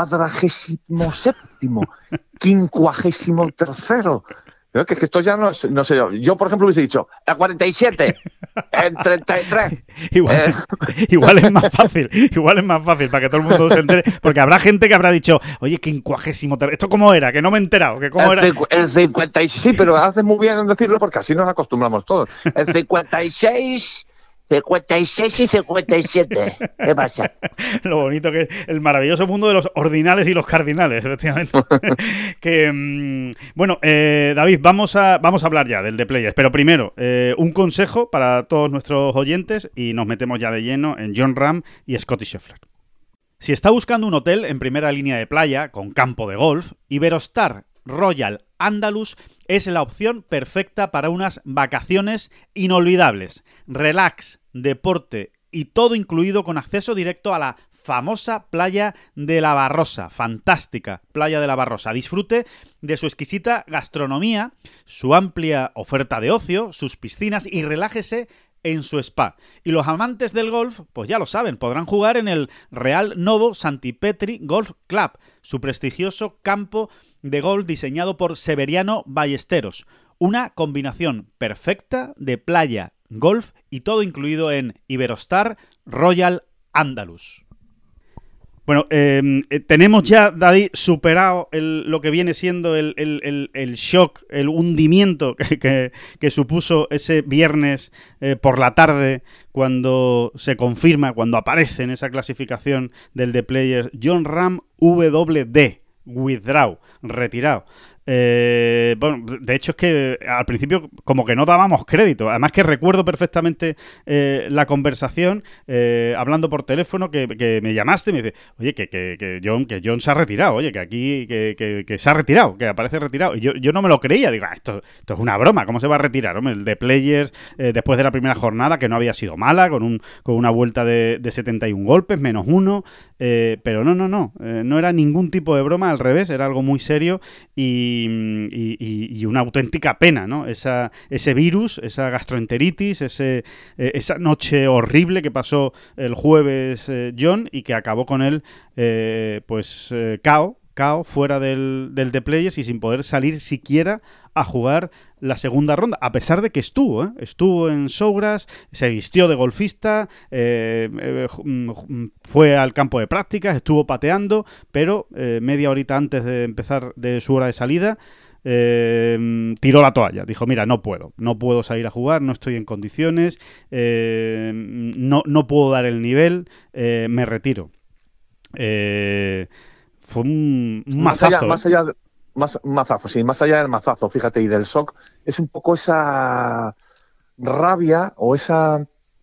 47º, 53º. Creo que esto ya no sé yo. Yo, por ejemplo, hubiese dicho a 47, en 33. Igual es más fácil. Igual es más fácil para que todo el mundo se entere. Porque habrá gente que habrá dicho, oye, 53º. ¿Esto cómo era? Que no me he enterado. Que cómo era. El 56, sí, pero haces muy bien en decirlo porque así nos acostumbramos todos. El 56 y 57. ¿Qué pasa? Lo bonito que es el maravilloso mundo de los ordinales y los cardinales, efectivamente. Bueno, David, vamos a hablar ya del The Players, pero primero, un consejo para todos nuestros oyentes y nos metemos ya de lleno en John Ram y Scotty Scheffler. Si está buscando un hotel en primera línea de playa con campo de golf, Iberostar Royal Andalus es la opción perfecta para unas vacaciones inolvidables. Relax, deporte y todo incluido con acceso directo a la famosa playa de La Barrosa. Fantástica playa de La Barrosa. Disfrute de su exquisita gastronomía, su amplia oferta de ocio, sus piscinas y relájese en su spa. Y los amantes del golf, pues ya lo saben, podrán jugar en el Real Novo Santipetri Golf Club, su prestigioso campo de golf diseñado por Severiano Ballesteros. Una combinación perfecta de playa, golf y todo incluido en Iberostar Royal Andalus. Bueno, tenemos ya, David, superado lo que viene siendo el shock, el hundimiento que supuso ese viernes por la tarde cuando se confirma, cuando aparece en esa clasificación del The Players John Ram WD, withdraw, retirado. Bueno, de hecho es que al principio como que no dábamos crédito. Además que recuerdo perfectamente la conversación hablando por teléfono que me llamaste y me dice, oye, que John se ha retirado, oye, que aquí que se ha retirado, que aparece retirado. Y yo no me lo creía, digo, esto es una broma, ¿cómo se va a retirar? Hombre, el de Players después de la primera jornada, que no había sido mala, con una vuelta de 71 golpes, -1, pero no era ningún tipo de broma, al revés, era algo muy serio y una auténtica pena, ¿no? Ese virus, esa gastroenteritis, esa noche horrible que pasó el jueves John y que acabó con él, KO fuera del The Players y sin poder salir siquiera a jugar la segunda ronda, a pesar de que estuvo en Showgrass, se vistió de golfista, fue al campo de prácticas, estuvo pateando, pero media horita antes de empezar de su hora de salida tiró la toalla, dijo, mira, no puedo salir a jugar, no estoy en condiciones, no puedo dar el nivel, me retiro. Fue un mazazo. Más allá del mazazo, fíjate, y del shock, es un poco esa rabia o esa...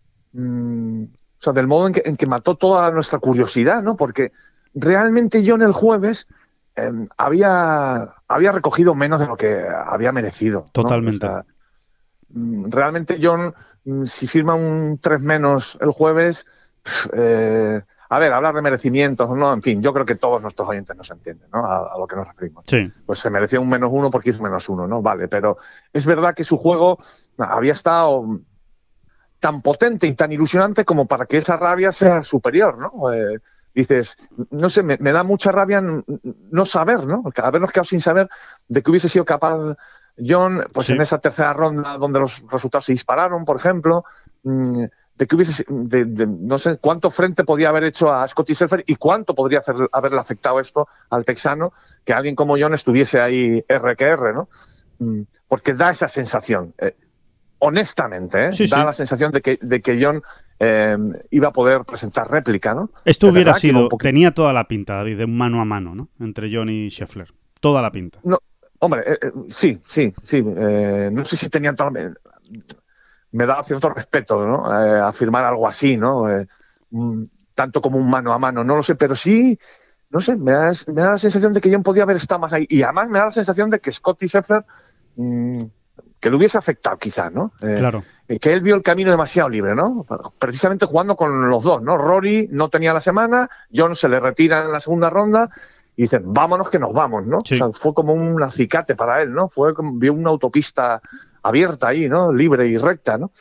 o sea, del modo en que mató toda nuestra curiosidad, ¿no? Porque realmente yo en el jueves había recogido menos de lo que había merecido, ¿no? Totalmente. O sea, realmente John, si firma un 3- el jueves... a ver, hablar de merecimientos, ¿no? En fin, yo creo que todos nuestros oyentes nos entienden, ¿no? A lo que nos referimos. Sí. Pues se merecía un -1 porque hizo -1, ¿no? Vale, pero es verdad que su juego había estado tan potente y tan ilusionante como para que esa rabia sea superior, ¿no? Dices, no sé, me da mucha rabia no saber, ¿no? Habernos quedado sin saber de que hubiese sido capaz John, pues sí, en esa tercera ronda donde los resultados se dispararon, por ejemplo, de que hubiese, no sé cuánto frente podía haber hecho a Scottie Scheffler y cuánto podría haberle afectado esto al texano, que alguien como John estuviese ahí R que R, ¿no? Porque da esa sensación, honestamente, sí, da la sensación de que John iba a poder presentar réplica, ¿no? Esto hubiera sido, tenía toda la pinta, David, de un mano a mano, ¿no? Entre John y Scheffler, toda la pinta. No, hombre, sí. No sé si tenían toda la... Me da cierto respeto, ¿no? Afirmar algo así, ¿no? Tanto como un mano a mano, no lo sé, pero sí, no sé, me da la sensación de que John podía haber estado más ahí. Y además me da la sensación de que Scottie Scheffler, que le hubiese afectado quizás, ¿no? Claro. Que él vio el camino demasiado libre, ¿no? Precisamente jugando con los dos, ¿no? Rory no tenía la semana, John se le retira en la segunda ronda y dice, vámonos que nos vamos, ¿no? Sí. O sea, fue como un acicate para él, ¿no? Vio una autopista abierta ahí, ¿no? Libre y recta, ¿no?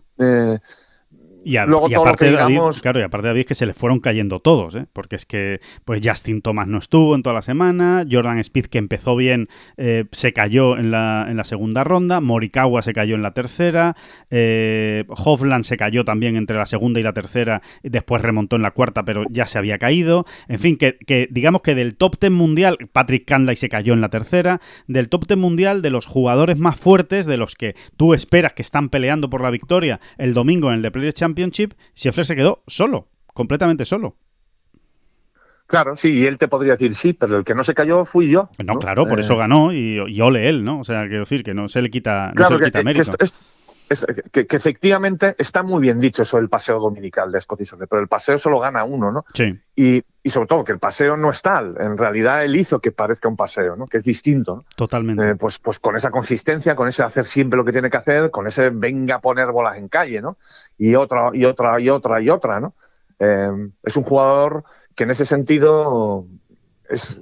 Y aparte, David, es que se le fueron cayendo todos, ¿eh? Porque es que pues Justin Thomas no estuvo en toda la semana, Jordan Spieth, que empezó bien, se cayó en la segunda ronda, Morikawa se cayó en la tercera, Hovland se cayó también entre la segunda y la tercera, y después remontó en la cuarta, pero ya se había caído. En fin, que digamos que del top 10 mundial, Patrick Cantlay se cayó en la tercera, del top 10 mundial, de los jugadores más fuertes, de los que tú esperas que están peleando por la victoria el domingo en el The Players Championship, Scheffler se quedó solo, completamente solo. Claro, sí, y él te podría decir sí, pero el que no se cayó fui yo. No, claro, por eso ganó y ole él, ¿no? O sea, quiero decir que no se le quita, claro, mérito. Que efectivamente está muy bien dicho eso del paseo dominical de Scottie Scheffler, pero el paseo solo gana uno, ¿no? Sí. Y sobre todo que el paseo no es tal, en realidad él hizo que parezca un paseo, ¿no? Que es distinto, ¿no? Totalmente. Pues con esa consistencia, con ese hacer siempre lo que tiene que hacer, con ese venga a poner bolas en calle, ¿no? Y otra, ¿no? Es un jugador que en ese sentido es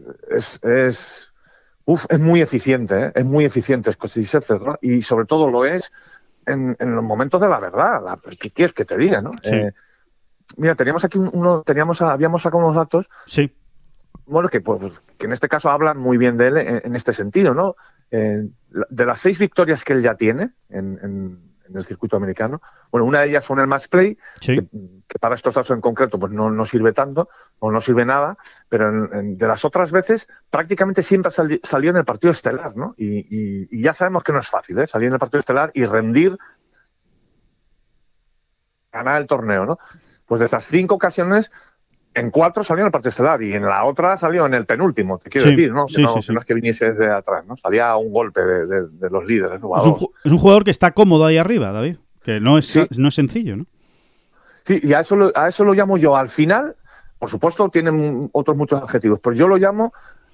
muy eficiente, ¿eh? Es muy eficiente Scottie Scheffler, ¿no? Y sobre todo lo es en los momentos de la verdad. ¿Qué quieres que te diga, no? Sí. Mira, teníamos aquí habíamos sacado unos datos. Sí. Bueno, que en este caso hablan muy bien de él en este sentido, ¿no? De las 6 victorias que él ya tiene en el circuito americano, bueno, una de ellas fue en el match play, sí. que para estos casos en concreto pues no sirve tanto, o no sirve nada, pero de las otras veces prácticamente siempre salió en el partido estelar, ¿no? Y ya sabemos que no es fácil, ¿eh? Salir en el partido estelar y ganar el torneo, ¿no? Pues de esas 5 ocasiones, en 4 salió en el partido estelar y en la otra salió en el penúltimo, te quiero Sí, decir, ¿no? sí, Que no es que viniese de atrás, ¿no? Salía un golpe de los líderes, ¿no? Es un jugador que está cómodo ahí arriba, David, que no es sencillo, ¿no? Sí, y a eso lo llamo yo. Al final, por supuesto, tienen otros muchos adjetivos, pero yo lo llamo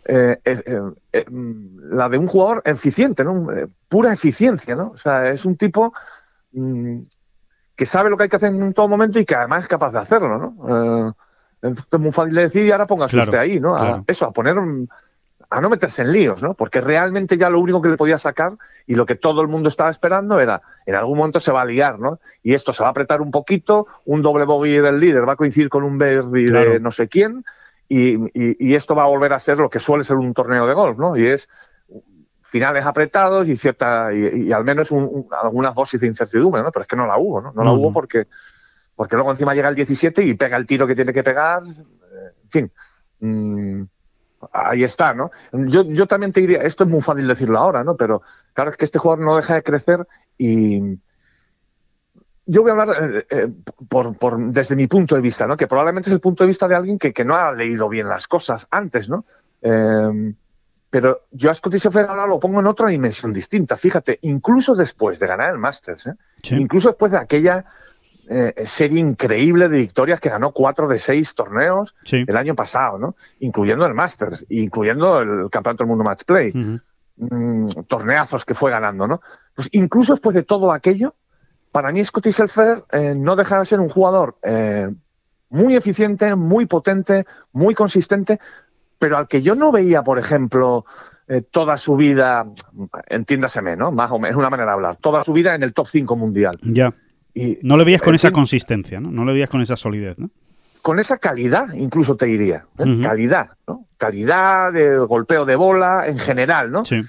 la de un jugador eficiente, ¿no? Pura eficiencia, ¿no? O sea, es un tipo que sabe lo que hay que hacer en todo momento y que además es capaz de hacerlo, ¿no? Es muy fácil de decir y ahora póngase usted ahí, ¿no? A no meterse en líos, ¿no? Porque realmente ya lo único que le podía sacar y lo que todo el mundo estaba esperando era, en algún momento se va a liar, ¿no? Y esto se va a apretar un poquito, un doble bogey del líder va a coincidir con un birdie de no sé quién y esto va a volver a ser lo que suele ser un torneo de golf, ¿no? Y es finales apretados y al menos algunas dosis de incertidumbre, ¿no? Pero es que no la hubo, ¿no? No la hubo porque luego encima llega el 17 y pega el tiro que tiene que pegar, en fin. Ahí está, ¿no? Yo también te diría, esto es muy fácil decirlo ahora, ¿no? Pero claro, es que este jugador no deja de crecer y yo voy a hablar desde mi punto de vista, ¿no? Que probablemente es el punto de vista de alguien que no ha leído bien las cosas antes, ¿no? Pero yo a Scottie Scheffler ahora lo pongo en otra dimensión distinta. Fíjate, incluso después de ganar el Masters, Sí. Incluso después de aquella serie increíble de victorias que ganó 4 de 6 torneos el año pasado, ¿no? Incluyendo el Masters, incluyendo el Campeonato del Mundo Match Play, torneazos que fue ganando, ¿no? Pues incluso después de todo aquello, para mí Scottie Scheffler no deja de ser un jugador muy eficiente, muy potente, muy consistente, pero al que yo no veía, por ejemplo, toda su vida, entiéndaseme, ¿no? Más o menos, es una manera de hablar, toda su vida en el top 5 mundial. Ya. Y, no le veías con esa consistencia, ¿no? No le veías con esa solidez, ¿no? Con esa calidad, incluso te diría. Calidad, ¿no? Calidad de golpeo de bola en general, ¿no? Sí.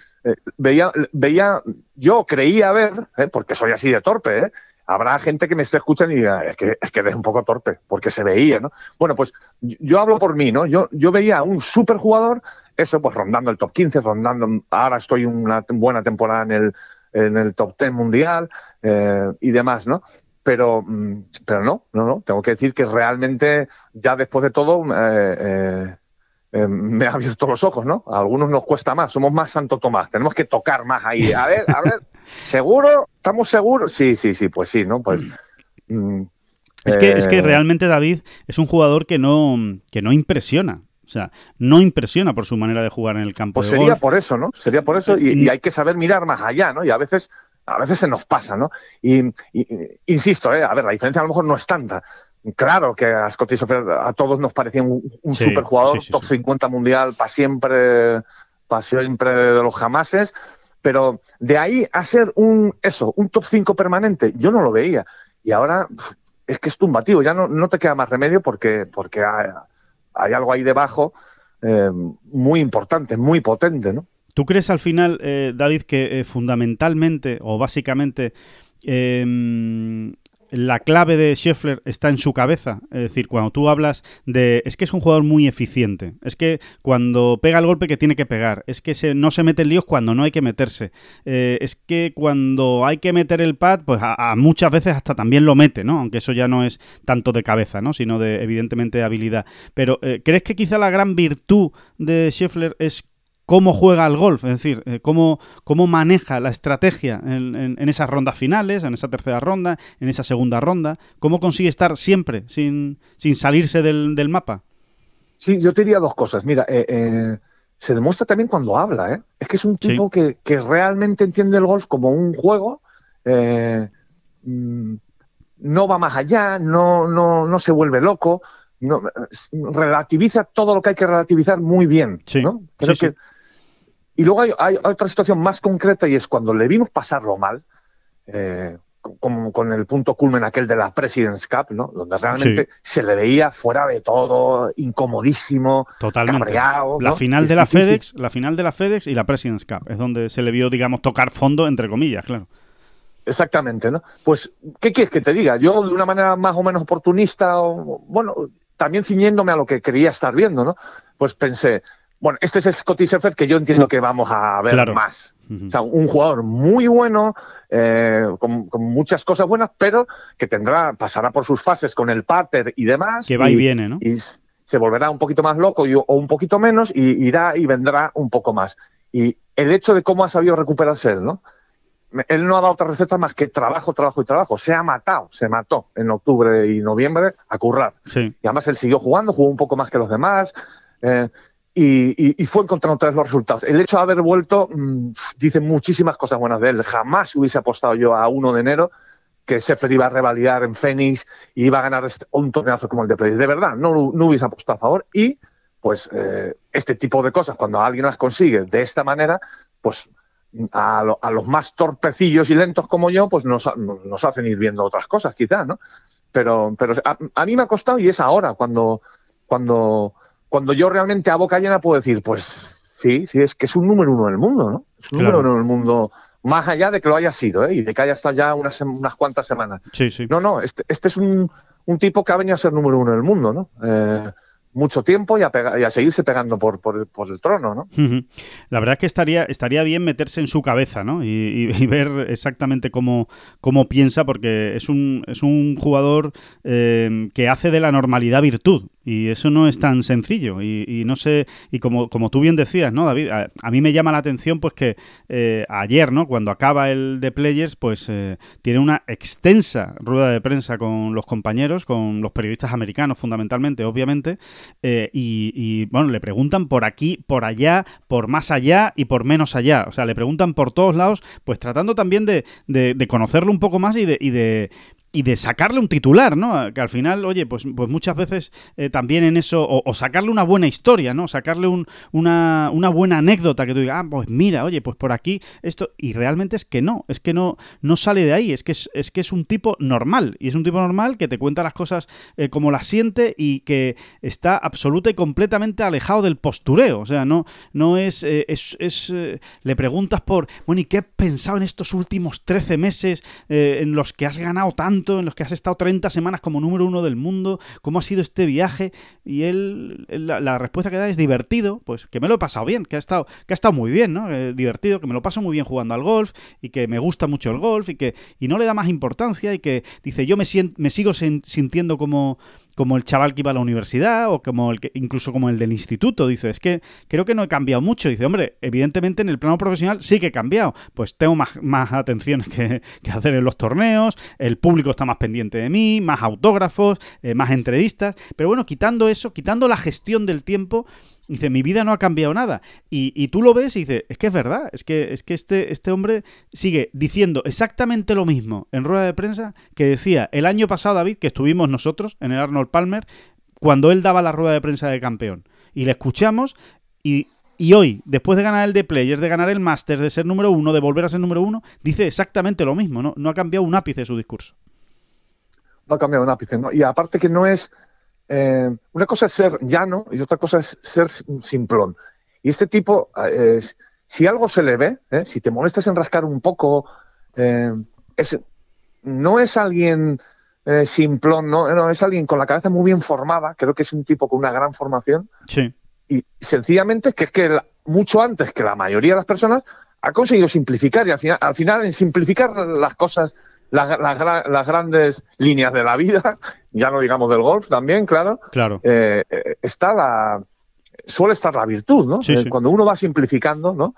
Yo creía ver, porque soy así de torpe, habrá gente que me esté escuchando y diga, es que eres un poco torpe, porque se veía, ¿no? Bueno, pues yo hablo por mí, ¿no? Yo veía a un superjugador, eso, pues rondando el top 15, ahora estoy una buena temporada en el top 10 mundial y demás, ¿no? Pero no. Tengo que decir que realmente ya después de todo me ha abierto los ojos, ¿no? A algunos nos cuesta más, somos más Santo Tomás, tenemos que tocar más ahí. A ver, ¿seguro? ¿Estamos seguros? Sí, pues sí, ¿no? Pues es que realmente David es un jugador que no impresiona. O sea, no impresiona por su manera de jugar en el campo de golf. Sería por eso, ¿no? Sería por eso y hay que saber mirar más allá, ¿no? Y a veces se nos pasa, ¿no? Y insisto, a ver, la diferencia a lo mejor no es tanta. Claro que a Scottie Scheffler a todos nos parecía un superjugador, top 50 mundial para siempre de los jamases, pero de ahí a ser un top 5 permanente, yo no lo veía. Y ahora es que es tumbativo, ya no te queda más remedio porque hay algo ahí debajo muy importante, muy potente, ¿no? ¿Tú crees al final, David, que fundamentalmente o básicamente la clave de Scheffler está en su cabeza? Es decir, cuando tú hablas es que es un jugador muy eficiente, es que cuando pega el golpe que tiene que pegar, es que no se mete en líos cuando no hay que meterse, es que cuando hay que meter el pad, pues a muchas veces hasta también lo mete, ¿no? Aunque eso ya no es tanto de cabeza, ¿no? Sino de, evidentemente, de habilidad. Pero ¿crees que quizá la gran virtud de Scheffler es cómo juega al golf? Es decir, cómo maneja la estrategia en esas rondas finales, en esa tercera ronda, en esa segunda ronda. ¿Cómo consigue estar siempre sin salirse del mapa? Sí, yo te diría dos cosas. Mira, se demuestra también cuando habla, ¿eh? Es que es un tipo que realmente entiende el golf como un juego, no va más allá, no se vuelve loco, relativiza todo lo que hay que relativizar muy bien, ¿no? Pero sí. Y luego hay otra situación más concreta y es cuando le vimos pasarlo mal, como con el punto culmen aquel de la President's Cup, ¿no? Donde realmente se le veía fuera de todo, incomodísimo, totalmente cabreado, ¿no? La final de la FedEx y la President's Cup es donde se le vio, digamos, tocar fondo, entre comillas, claro. Exactamente, ¿no? Pues, ¿qué quieres que te diga? Yo, de una manera más o menos oportunista, también ciñéndome a lo que quería estar viendo, ¿no? Pues pensé, bueno, este es el Scottie Scheffler que yo entiendo que vamos a ver más. O sea, un jugador muy bueno, con muchas cosas buenas, pero que pasará por sus fases con el pater y demás. Que va y viene, ¿no? se volverá un poquito más loco o un poquito menos y irá y vendrá un poco más. Y el hecho de cómo ha sabido recuperarse él, ¿no? Él no ha dado otra receta más que trabajo, trabajo y trabajo. Se mató en octubre y noviembre a currar. Sí. Y además él siguió jugando, jugó un poco más que los demás y fue encontrando otra vez los resultados. El hecho de haber vuelto dice muchísimas cosas buenas de él. Jamás hubiese apostado yo a 1 de enero que Scheffler iba a revalidar en Phoenix y iba a ganar un torneazo como el de Players. De verdad, no hubiese apostado a favor. Y pues este tipo de cosas, cuando alguien las consigue de esta manera, pues a los más torpecillos y lentos como yo, pues nos hacen ir viendo otras cosas, quizás, ¿no? Pero a mí me ha costado, y es ahora cuando yo realmente a boca llena puedo decir, pues sí, es que es un número 1 del mundo, ¿no? Es un número 1 del mundo, más allá de que lo haya sido, y de que haya estado ya unas cuantas semanas. Sí. No, este es un tipo que ha venido a ser número 1 del mundo, ¿no? Mucho tiempo y a seguirse pegando por el trono, ¿no? La verdad es que estaría bien meterse en su cabeza, ¿no? Y ver exactamente cómo piensa, porque es un jugador que hace de la normalidad virtud. Y eso no es tan sencillo. Y no sé, y como tú bien decías, ¿no, David? A mí me llama la atención pues que ayer, ¿no? Cuando acaba el The Players, pues tiene una extensa rueda de prensa con los compañeros, con los periodistas americanos fundamentalmente, obviamente, y bueno, le preguntan por aquí, por allá, por más allá y por menos allá. O sea, le preguntan por todos lados, pues tratando también de conocerlo un poco más y de sacarle un titular, ¿no? Que al final, oye, pues muchas veces también en eso, o sacarle una buena historia, ¿no? Sacarle una buena anécdota que tú digas, pues mira, oye, pues por aquí esto, y realmente es que no sale de ahí, es que es un tipo normal, y es un tipo normal que te cuenta las cosas como las siente y que está absoluta y completamente alejado del postureo, o sea, no es le preguntas por, bueno, ¿y qué has pensado en estos últimos 13 meses en los que has ganado tanto, en los que has estado 30 semanas como número 1 del mundo? ¿Cómo ha sido este viaje? Y él, la respuesta que da es divertido, pues que me lo he pasado bien, que ha estado muy bien, ¿no? Divertido, que me lo paso muy bien jugando al golf y que me gusta mucho el golf y no le da más importancia y que dice, yo me sigo sintiendo como el chaval que iba a la universidad o incluso como el del instituto. Dice, es que creo que no he cambiado mucho. Dice, hombre, evidentemente en el plano profesional sí que he cambiado. Pues tengo más atenciones que hacer en los torneos, el público está más pendiente de mí, más autógrafos, más entrevistas. Pero bueno, quitando eso, quitando la gestión del tiempo, dice, mi vida no ha cambiado nada. Y tú lo ves y dices, es que es verdad, es que este hombre sigue diciendo exactamente lo mismo en rueda de prensa que decía el año pasado, David, que estuvimos nosotros en el Arnold Palmer, cuando él daba la rueda de prensa de campeón. Y le escuchamos y hoy, después de ganar el The Players, de ganar el Masters, de ser número 1, de volver a ser número 1, dice exactamente lo mismo, no ha cambiado un ápice su discurso. No ha cambiado un ápice, ¿no? Y aparte que no es... una cosa es ser llano y otra cosa es ser simplón. Y este tipo, si algo se le ve, si te molestas en rascar un poco, no es alguien simplón, no, es alguien con la cabeza muy bien formada. Creo que es un tipo con una gran formación. Sí. Y sencillamente es que mucho antes que la mayoría de las personas ha conseguido simplificar, y al final en simplificar las cosas, las grandes líneas de la vida, ya no digamos del golf también, claro. Suele estar la virtud, ¿no? Sí. Cuando uno va simplificando, ¿no?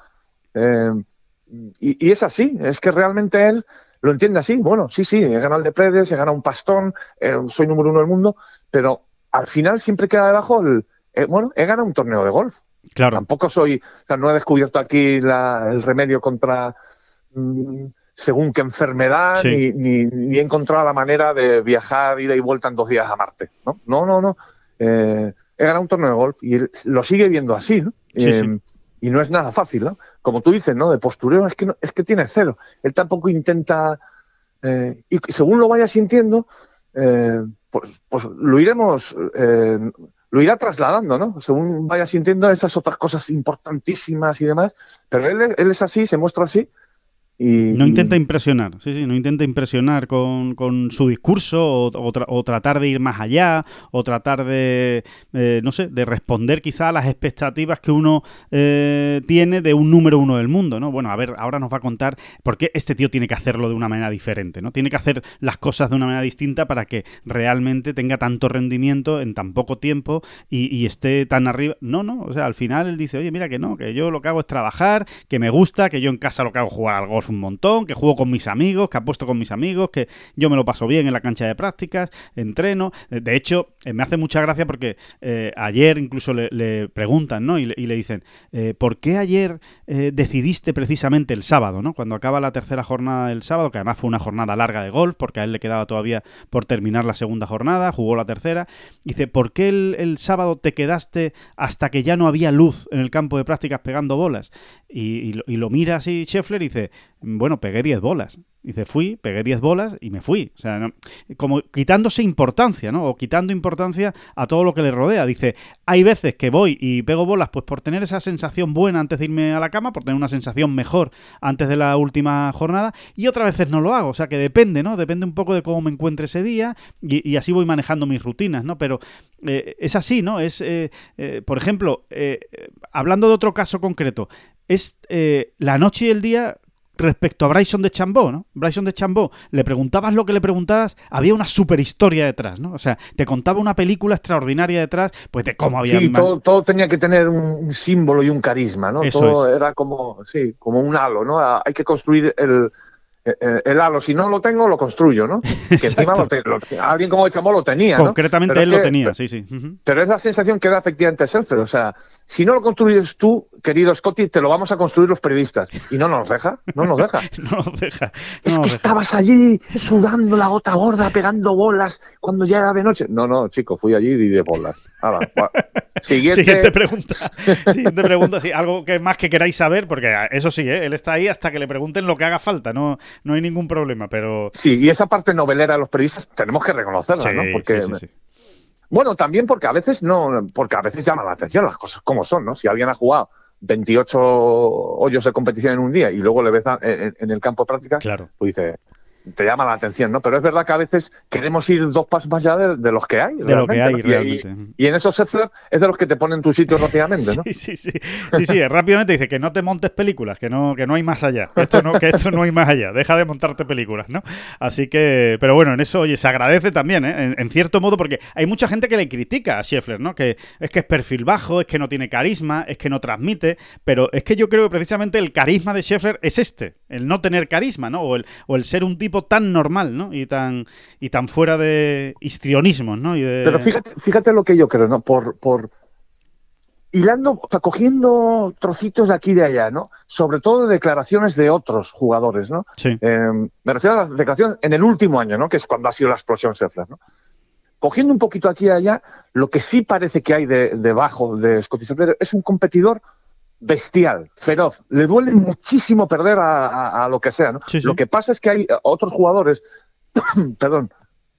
Y es así, es que realmente él lo entiende así. Bueno, sí, he ganado el de Players, he ganado un pastón, soy número 1 del mundo, pero al final siempre queda debajo he ganado un torneo de golf. Claro. Tampoco no he descubierto aquí el remedio contra según qué enfermedad, sí. ni he encontrado la manera de viajar, ida y vuelta en 2 días a Marte, ¿no? No. He ganado un torneo de golf y él lo sigue viendo así, ¿no? Sí. Y no es nada fácil, ¿no? Como tú dices, ¿no? De postureo es que tiene cero. Él tampoco intenta... y según lo vaya sintiendo, pues lo iremos... lo irá trasladando, ¿no? Según vaya sintiendo esas otras cosas importantísimas y demás. Pero él es así, se muestra así. No intenta impresionar, sí, no intenta impresionar con su discurso o tratar de ir más allá, o tratar de, no sé, de responder quizá a las expectativas que uno tiene de un número uno del mundo, ¿no? Bueno, a ver, ahora nos va a contar por qué este tío tiene que hacerlo de una manera diferente, ¿no? Tiene que hacer las cosas de una manera distinta para que realmente tenga tanto rendimiento en tan poco tiempo y esté tan arriba. No, o sea, al final él dice, oye, mira que no, que yo lo que hago es trabajar, que me gusta, que yo en casa lo que hago es jugar al golf un montón, que juego con mis amigos, que apuesto con mis amigos, que yo me lo paso bien en la cancha de prácticas, entreno. De hecho, me hace mucha gracia porque ayer incluso le preguntan, ¿no? Y le dicen, ¿por qué ayer decidiste precisamente el sábado, ¿no? Cuando acaba la tercera jornada del sábado, que además fue una jornada larga de golf, porque a él le quedaba todavía por terminar la segunda jornada, jugó la tercera. Dice, ¿por qué el sábado te quedaste hasta que ya no había luz en el campo de prácticas pegando bolas? Y lo mira así Scheffler y dice, bueno, pegué 10 bolas. Dice, pegué 10 bolas y me fui. O sea, ¿no? Como quitándose importancia, ¿no? O quitando importancia a todo lo que le rodea. Dice, hay veces que voy y pego bolas pues por tener esa sensación buena antes de irme a la cama, por tener una sensación mejor antes de la última jornada, y otras veces no lo hago. O sea, que depende, ¿no? Depende un poco de cómo me encuentre ese día y así voy manejando mis rutinas, ¿no? Pero es así, ¿no? Es, por ejemplo, hablando de otro caso concreto, es la noche y el día respecto a Bryson DeChambeau, ¿no? Bryson DeChambeau, le preguntabas lo que le preguntabas, había una super historia detrás, ¿no? O sea, te contaba una película extraordinaria detrás, pues de cómo había... Sí, todo tenía que tener un símbolo y un carisma, ¿no? Eso todo es. Era como un halo, ¿no? Hay que construir el halo. Si no lo tengo, lo construyo, ¿no? Que encima alguien como DeChambeau lo tenía, ¿no? Concretamente él lo tenía, sí. Pero es la sensación que da efectivamente Scheffler. O sea, si no lo construyes tú, querido Scotty, te lo vamos a construir los periodistas. Y no nos deja. No nos deja. Es que estabas allí sudando la gota gorda, pegando bolas cuando ya era de noche. No, chico, fui allí y di de bolas. Siguiente pregunta, sí, algo que más que queráis saber, porque eso sí, él está ahí hasta que le pregunten lo que haga falta, no hay ningún problema, pero... Sí, y esa parte novelera de los periodistas tenemos que reconocerla, ¿no? Porque... Sí. Bueno, también porque a veces llama la atención las cosas como son, ¿no? Si alguien ha jugado 28 hoyos de competición en un día y luego le ves en el campo de práctica, claro, pues dice, te llama la atención, ¿no? Pero es verdad que a veces queremos ir 2 pasos más allá de los que hay. De lo que hay realmente. Y en esos Scheffler es de los que te ponen tu sitio rápidamente, ¿no? Sí, rápidamente dice que no te montes películas, que no hay más allá. Que esto no hay más allá. Deja de montarte películas, ¿no? Así que, pero bueno, en eso, oye, se agradece también, ¿eh? En cierto modo, porque hay mucha gente que le critica a Scheffler, ¿no? Que es perfil bajo, es que no tiene carisma, es que no transmite, pero es que yo creo que precisamente el carisma de Scheffler es el no tener carisma, ¿no? O el ser un tipo tan normal, ¿no? Y tan fuera de histrionismos, ¿no? Pero fíjate lo que yo creo, ¿no? Por hilando, o sea, cogiendo trocitos de aquí y de allá, ¿no? Sobre todo de declaraciones de otros jugadores, ¿no? Sí. Me refiero a las declaraciones en el último año, ¿no? Que es cuando ha sido la explosión Scheffler, ¿no? Cogiendo un poquito aquí y allá, lo que sí parece que hay debajo de Scotty Scheffler es un competidor bestial, feroz. Le duele muchísimo perder a lo que sea, ¿no? Sí. Lo que pasa es que hay otros jugadores, perdón,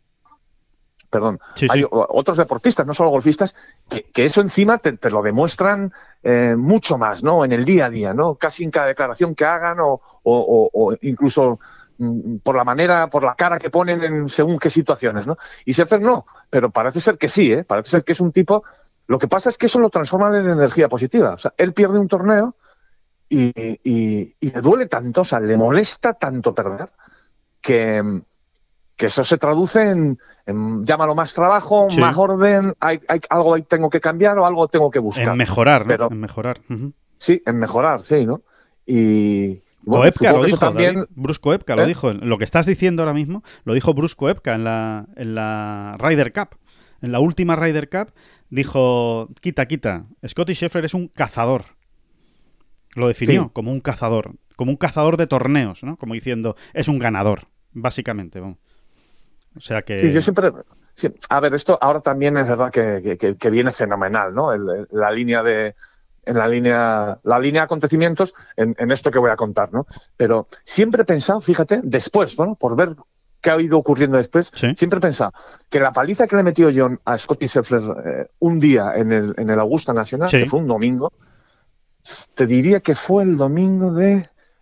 hay otros deportistas, no solo golfistas, que eso encima te lo demuestran mucho más, ¿no? En el día a día, ¿no? Casi en cada declaración que hagan o incluso por la cara que ponen en según qué situaciones, ¿no? Y Scheffler no, pero parece ser que sí, ¿eh? Parece ser que es un tipo... Lo que pasa es que eso lo transforma en energía positiva. O sea, él pierde un torneo y le duele tanto, o sea, le molesta tanto perder, que eso se traduce en llámalo más trabajo, más orden, hay algo ahí tengo que cambiar o algo tengo que buscar. En mejorar, ¿no? En mejorar. Uh-huh. Sí, en mejorar, sí, ¿no? Y... Bueno, Koepka lo dijo también. Bruce Koepka lo dijo. Lo que estás diciendo ahora mismo lo dijo Bruce Koepka en la Ryder Cup. En la última Ryder Cup dijo, quita. Scotty Scheffler es un cazador. Lo definió como un cazador de torneos, ¿no? Como diciendo, es un ganador, básicamente. Bueno. O sea que... Sí, yo siempre... Sí, a ver, esto ahora también es verdad que viene fenomenal, ¿no? La línea de acontecimientos en esto que voy a contar, ¿no? Pero siempre he pensado, fíjate, después, bueno, por ver qué ha ido ocurriendo después, siempre he pensado que la paliza que le metió John a Scotty Scheffler un día en el Augusta National, que fue un domingo, te diría que fue el domingo de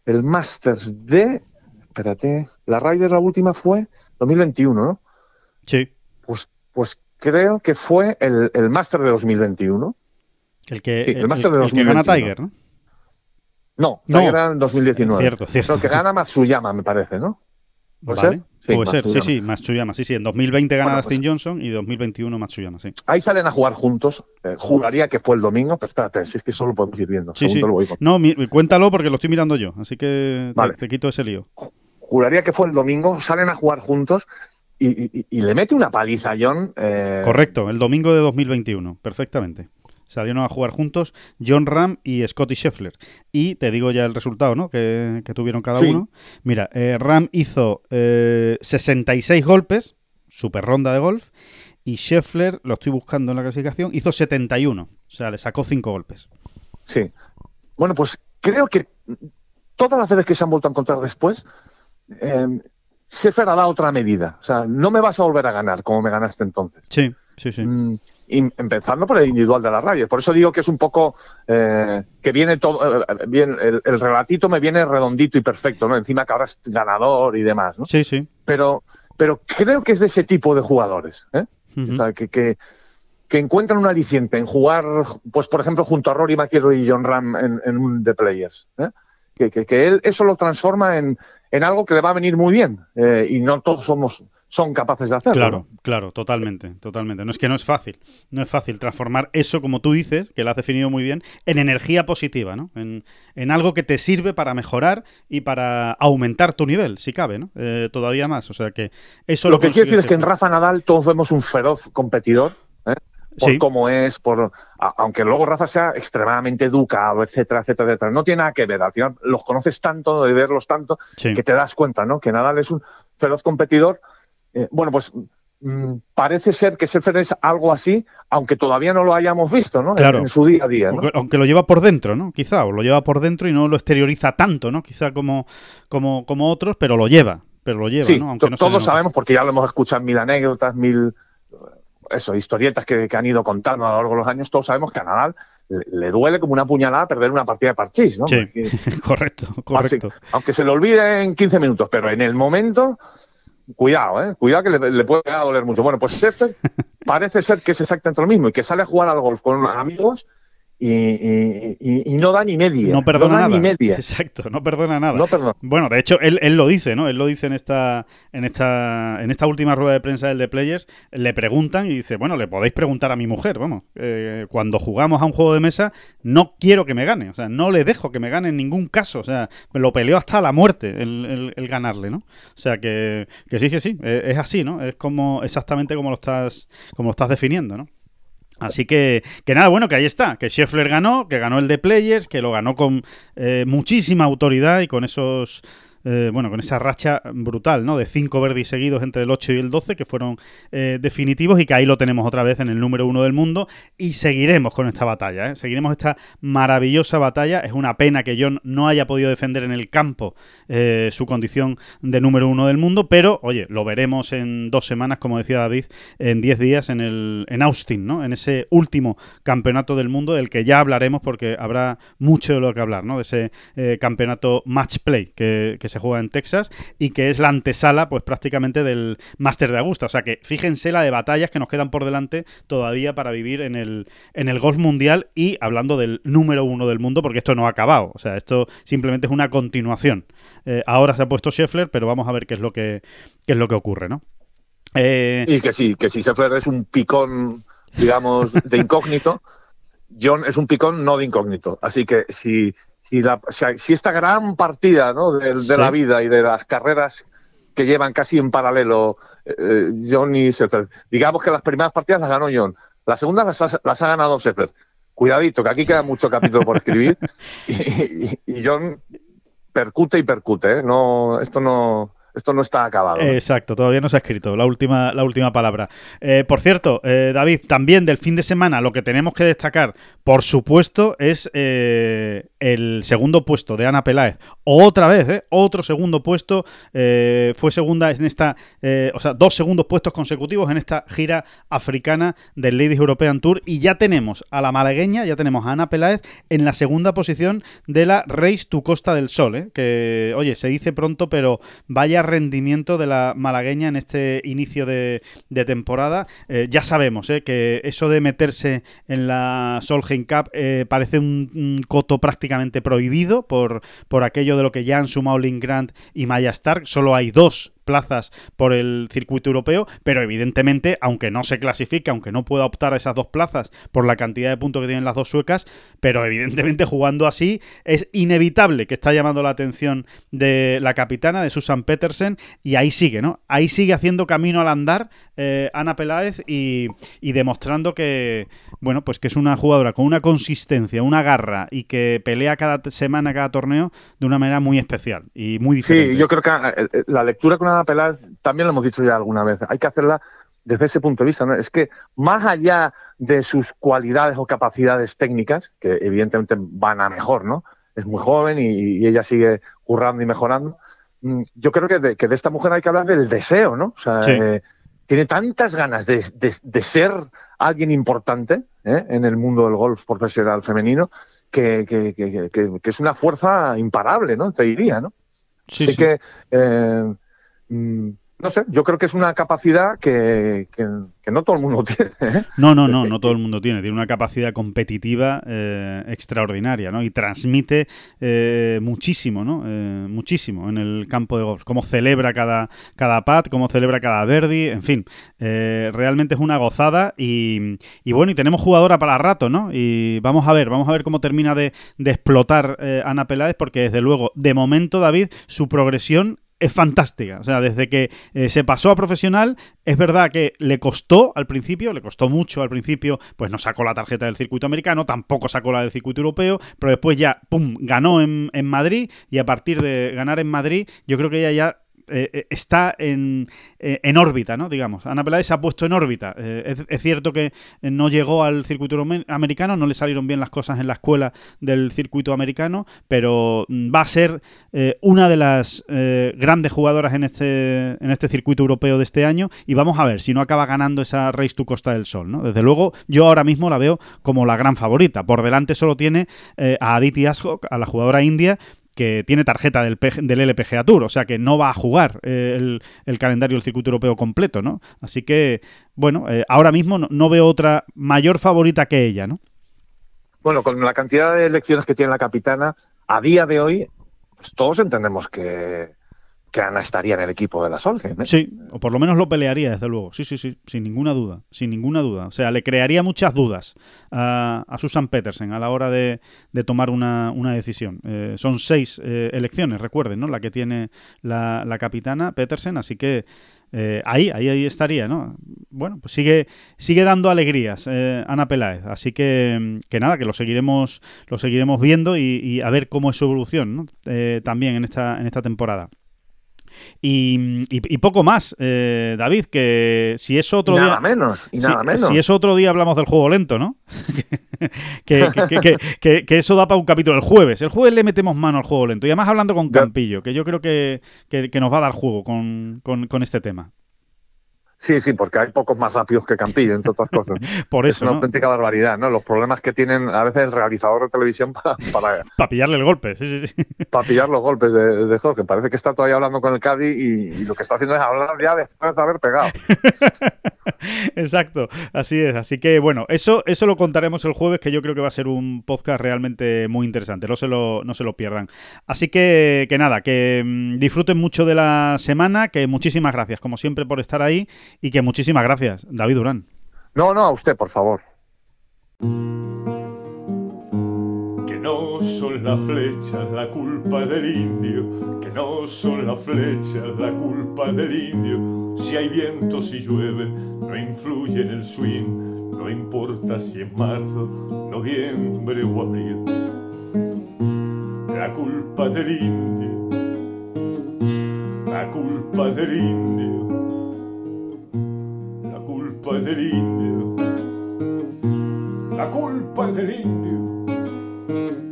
el Masters de... Espérate, la Ryder la última fue 2021, ¿no? Sí. Pues creo que fue el Master de 2021. El que, sí, el Master de el que gana Tiger, ¿no? No, Tiger era en 2019. Cierto. Lo que gana Matsuyama, me parece, ¿no? ¿Puede ser? Sí, puede ser, sí, Matsuyama. Sí, en 2020 gana Dustin Johnson y 2021 Matsuyama, sí. Ahí salen a jugar juntos. Juraría que fue el domingo, pero espérate, si es que solo podemos ir viendo. Sí. No, cuéntalo porque lo estoy mirando yo, así que vale. te quito ese lío. Juraría que fue el domingo, salen a jugar juntos y le mete una paliza a John. Correcto, el domingo de 2021, perfectamente. Salieron a jugar juntos Jon Rahm y Scottie Scheffler. Y te digo ya el resultado, ¿no? Que tuvieron cada uno. Mira, Rahm hizo 66 golpes, super ronda de golf, y Scheffler, lo estoy buscando en la clasificación, hizo 71. O sea, le sacó 5 golpes. Sí. Bueno, pues creo que todas las veces que se han vuelto a encontrar después, Scheffler ha dado otra medida. O sea, no me vas a volver a ganar como me ganaste entonces. Sí. Y empezando por el individual de la Ryder. Por eso digo que es un poco que viene todo bien, el relatito me viene redondito y perfecto, ¿no? Encima que ahora es ganador y demás, ¿no? Sí. Pero creo que es de ese tipo de jugadores, ¿eh? O sea, que encuentran un aliciente en jugar, pues por ejemplo, junto a Rory McIlroy y Jon Rahm en un The Players, ¿eh? Que él eso lo transforma en algo que le va a venir muy bien, y no todos son capaces de hacerlo. Claro, totalmente. No es que no es fácil transformar eso, como tú dices, que lo has definido muy bien, en energía positiva, ¿no? En algo que te sirve para mejorar y para aumentar tu nivel, si cabe, ¿no? Todavía más, o sea que eso lo que quiero decir es que en Rafa Nadal todos vemos un feroz competidor, ¿eh? Por cómo es, aunque luego Rafa sea extremadamente educado, etcétera. No tiene nada que ver. Al final los conoces tanto, de verlos tanto, que te das cuenta, ¿no? Que Nadal es un feroz competidor. Bueno, pues parece ser que Scheffler es algo así, aunque todavía no lo hayamos visto, ¿no? Claro. En su día a día, ¿no? Aunque lo lleva por dentro, ¿no? Quizá, o lo lleva por dentro y no lo exterioriza tanto, ¿no? Quizá como otros, pero lo lleva, sí, ¿no? Aunque no todos sabemos, porque ya lo hemos escuchado mil anécdotas, historietas que han ido contando a lo largo de los años. Todos sabemos que a Nadal le duele como una puñalada perder una partida de parchís, ¿no? Sí, correcto. Aunque se le olvide en 15 minutos, pero en el momento... Cuidado que le puede llegar a doler mucho. Bueno, pues Scheffler parece ser que es exactamente lo mismo y que sale a jugar al golf con amigos y no da ni media. No perdona nada. Ni media. Exacto, no perdona nada. No perdona. Bueno, de hecho, él lo dice, ¿no? Él lo dice en esta última rueda de prensa del The Players. Le preguntan y dice, bueno, le podéis preguntar a mi mujer, vamos. Cuando jugamos a un juego de mesa, no quiero que me gane. O sea, no le dejo que me gane en ningún caso. O sea, me lo peleo hasta la muerte el ganarle, ¿no? O sea, que sí. Es así, ¿no? Es exactamente como lo estás definiendo, ¿no? Así que nada, bueno, que ahí está, que Scheffler ganó, que ganó el The Players, que lo ganó con muchísima autoridad y con esos... con esa racha brutal, ¿no? De 5 birdies seguidos entre el 8 y el 12, que fueron definitivos, y que ahí lo tenemos otra vez en el número 1 del mundo, y seguiremos con esta batalla, ¿eh? Seguiremos esta maravillosa batalla. Es una pena que John no haya podido defender en el campo su condición de número 1 del mundo, pero, oye, lo veremos en 2 semanas, como decía David, en 10 días en Austin, ¿no? En ese último campeonato del mundo, del que ya hablaremos, porque habrá mucho de lo que hablar, ¿no? De ese campeonato match play que se juega en Texas y que es la antesala, pues prácticamente del Máster de Augusta. O sea que fíjense la de batallas que nos quedan por delante todavía para vivir en el golf mundial, y hablando del número 1 del mundo, porque esto no ha acabado. O sea, esto simplemente es una continuación. Ahora se ha puesto Scheffler, pero vamos a ver qué es lo que ocurre, ¿no? Y que si Scheffler es un picón, digamos, de incógnito, John es un picón no de incógnito. Así que si esta gran partida, ¿no, de la vida y de las carreras que llevan casi en paralelo John y Scheffler, digamos que las primeras partidas las ganó John, las segundas las ha ganado Scheffler. Cuidadito, que aquí queda mucho capítulo por escribir y John percute, ¿eh? No, esto no Esto no está acabado. Exacto, todavía no se ha escrito la última palabra. Por cierto, David, también del fin de semana lo que tenemos que destacar, por supuesto, es el segundo puesto de Ana Peláez. Otra vez, otro segundo puesto. Fue segunda en esta, dos segundos puestos consecutivos en esta gira africana del Ladies European Tour. Y ya tenemos a la malagueña, ya tenemos a Ana Peláez en la segunda posición de la Race to Costa del Sol. Que, oye, se dice pronto, pero vaya rendimiento de la malagueña en este inicio de temporada. Ya sabemos que eso de meterse en la Solheim Cup parece un coto prácticamente prohibido por aquello de lo que ya han sumado Lynn Grant y Maya Stark. Solo hay 2 plazas por el circuito europeo, pero evidentemente, aunque no se clasifique, aunque no pueda optar a esas 2 plazas por la cantidad de puntos que tienen las 2 suecas, pero evidentemente jugando así es inevitable que está llamando la atención de la capitana, de Susan Pettersen, y ahí sigue, ¿no? Ahí sigue haciendo camino al andar Ana Peláez y demostrando que, bueno, pues que es una jugadora con una consistencia, una garra y que pelea cada semana, cada torneo de una manera muy especial y muy diferente. Sí, yo creo que la lectura con Ana Peláez, también lo hemos dicho ya alguna vez, hay que hacerla desde ese punto de vista, ¿no? Es que más allá de sus cualidades o capacidades técnicas, que evidentemente van a mejor, ¿no? Es muy joven y ella sigue currando y mejorando. Yo creo que de esta mujer hay que hablar del deseo, ¿no? O sea, sí. Tiene tantas ganas de ser alguien importante en el mundo del golf profesional femenino que es una fuerza imparable, ¿no? Te diría, ¿no? Sí, Así sí. que, no sé, yo creo que es una capacidad que no todo el mundo tiene. No todo el mundo tiene. Tiene una capacidad competitiva extraordinaria, ¿no? Y transmite muchísimo, ¿no? Muchísimo en el campo de golf. Cómo celebra cada pat, cómo celebra cada birdie, en fin. Realmente es una gozada y bueno, y tenemos jugadora para rato, ¿no? Y vamos a ver cómo termina de explotar Ana Peláez, porque desde luego, de momento, David, su progresión es fantástica. O sea, desde que se pasó a profesional, es verdad que le costó mucho al principio, pues no sacó la tarjeta del circuito americano, tampoco sacó la del circuito europeo, pero después ya, ¡pum!, ganó en Madrid, y a partir de ganar en Madrid, yo creo que ella ya está en órbita, ¿no? Digamos, Ana Peláez se ha puesto en órbita. Es cierto que no llegó al circuito americano, no le salieron bien las cosas en la escuela del circuito americano, pero va a ser una de las grandes jugadoras en este circuito europeo de este año, y vamos a ver si no acaba ganando esa Race to Costa del Sol, ¿no? Desde luego, yo ahora mismo la veo como la gran favorita. Por delante solo tiene a Aditi Ashok, a la jugadora india, que tiene tarjeta del LPGA Tour, o sea que no va a jugar el calendario del circuito europeo completo, ¿no? Así que, bueno, ahora mismo no veo otra mayor favorita que ella, ¿no? Bueno, con la cantidad de elecciones que tiene la capitana, a día de hoy, pues todos entendemos que Ana estaría en el equipo de la Solheim, ¿eh? Sí, o por lo menos lo pelearía, desde luego. Sí, sin ninguna duda. O sea, le crearía muchas dudas a Susan Pettersen a la hora de tomar una decisión. Son 6 elecciones, recuerden, ¿no? La que tiene la capitana Pettersen, así que ahí estaría, ¿no? Bueno, pues sigue dando alegrías Ana Peláez, así que nada, que lo seguiremos viendo y a ver cómo es su evolución, ¿no? También en esta temporada. Y poco más, David, que si es otro día... Nada menos. Si es otro día hablamos del juego lento, ¿no? que eso da para un capítulo el jueves. El jueves le metemos mano al juego lento. Y además hablando con Campillo, que yo creo que nos va a dar juego con este tema. Sí, porque hay pocos más rápidos que Campillo, entre otras cosas. Por eso, es una auténtica barbaridad, ¿no? Los problemas que tienen a veces el realizador de televisión para pillarle el golpe. Sí. Para pillar los golpes de Jorge. Parece que está todavía hablando con el caddy y lo que está haciendo es hablar ya después de haber pegado. Exacto, así es. Así que, bueno, eso lo contaremos el jueves, que yo creo que va a ser un podcast realmente muy interesante. No se lo pierdan. Así que nada, que disfruten mucho de la semana, que muchísimas gracias, como siempre, por estar ahí. Y que muchísimas gracias, David Durán. No, a usted, por favor. Que no son las flechas la culpa del indio, que no son las flechas la culpa del indio. Si hay viento, si llueve, no influye en el swing, no importa si es marzo, noviembre o abril. La culpa del indio, la culpa culpa es del indio, la culpa es del indio, la culpa es del indio.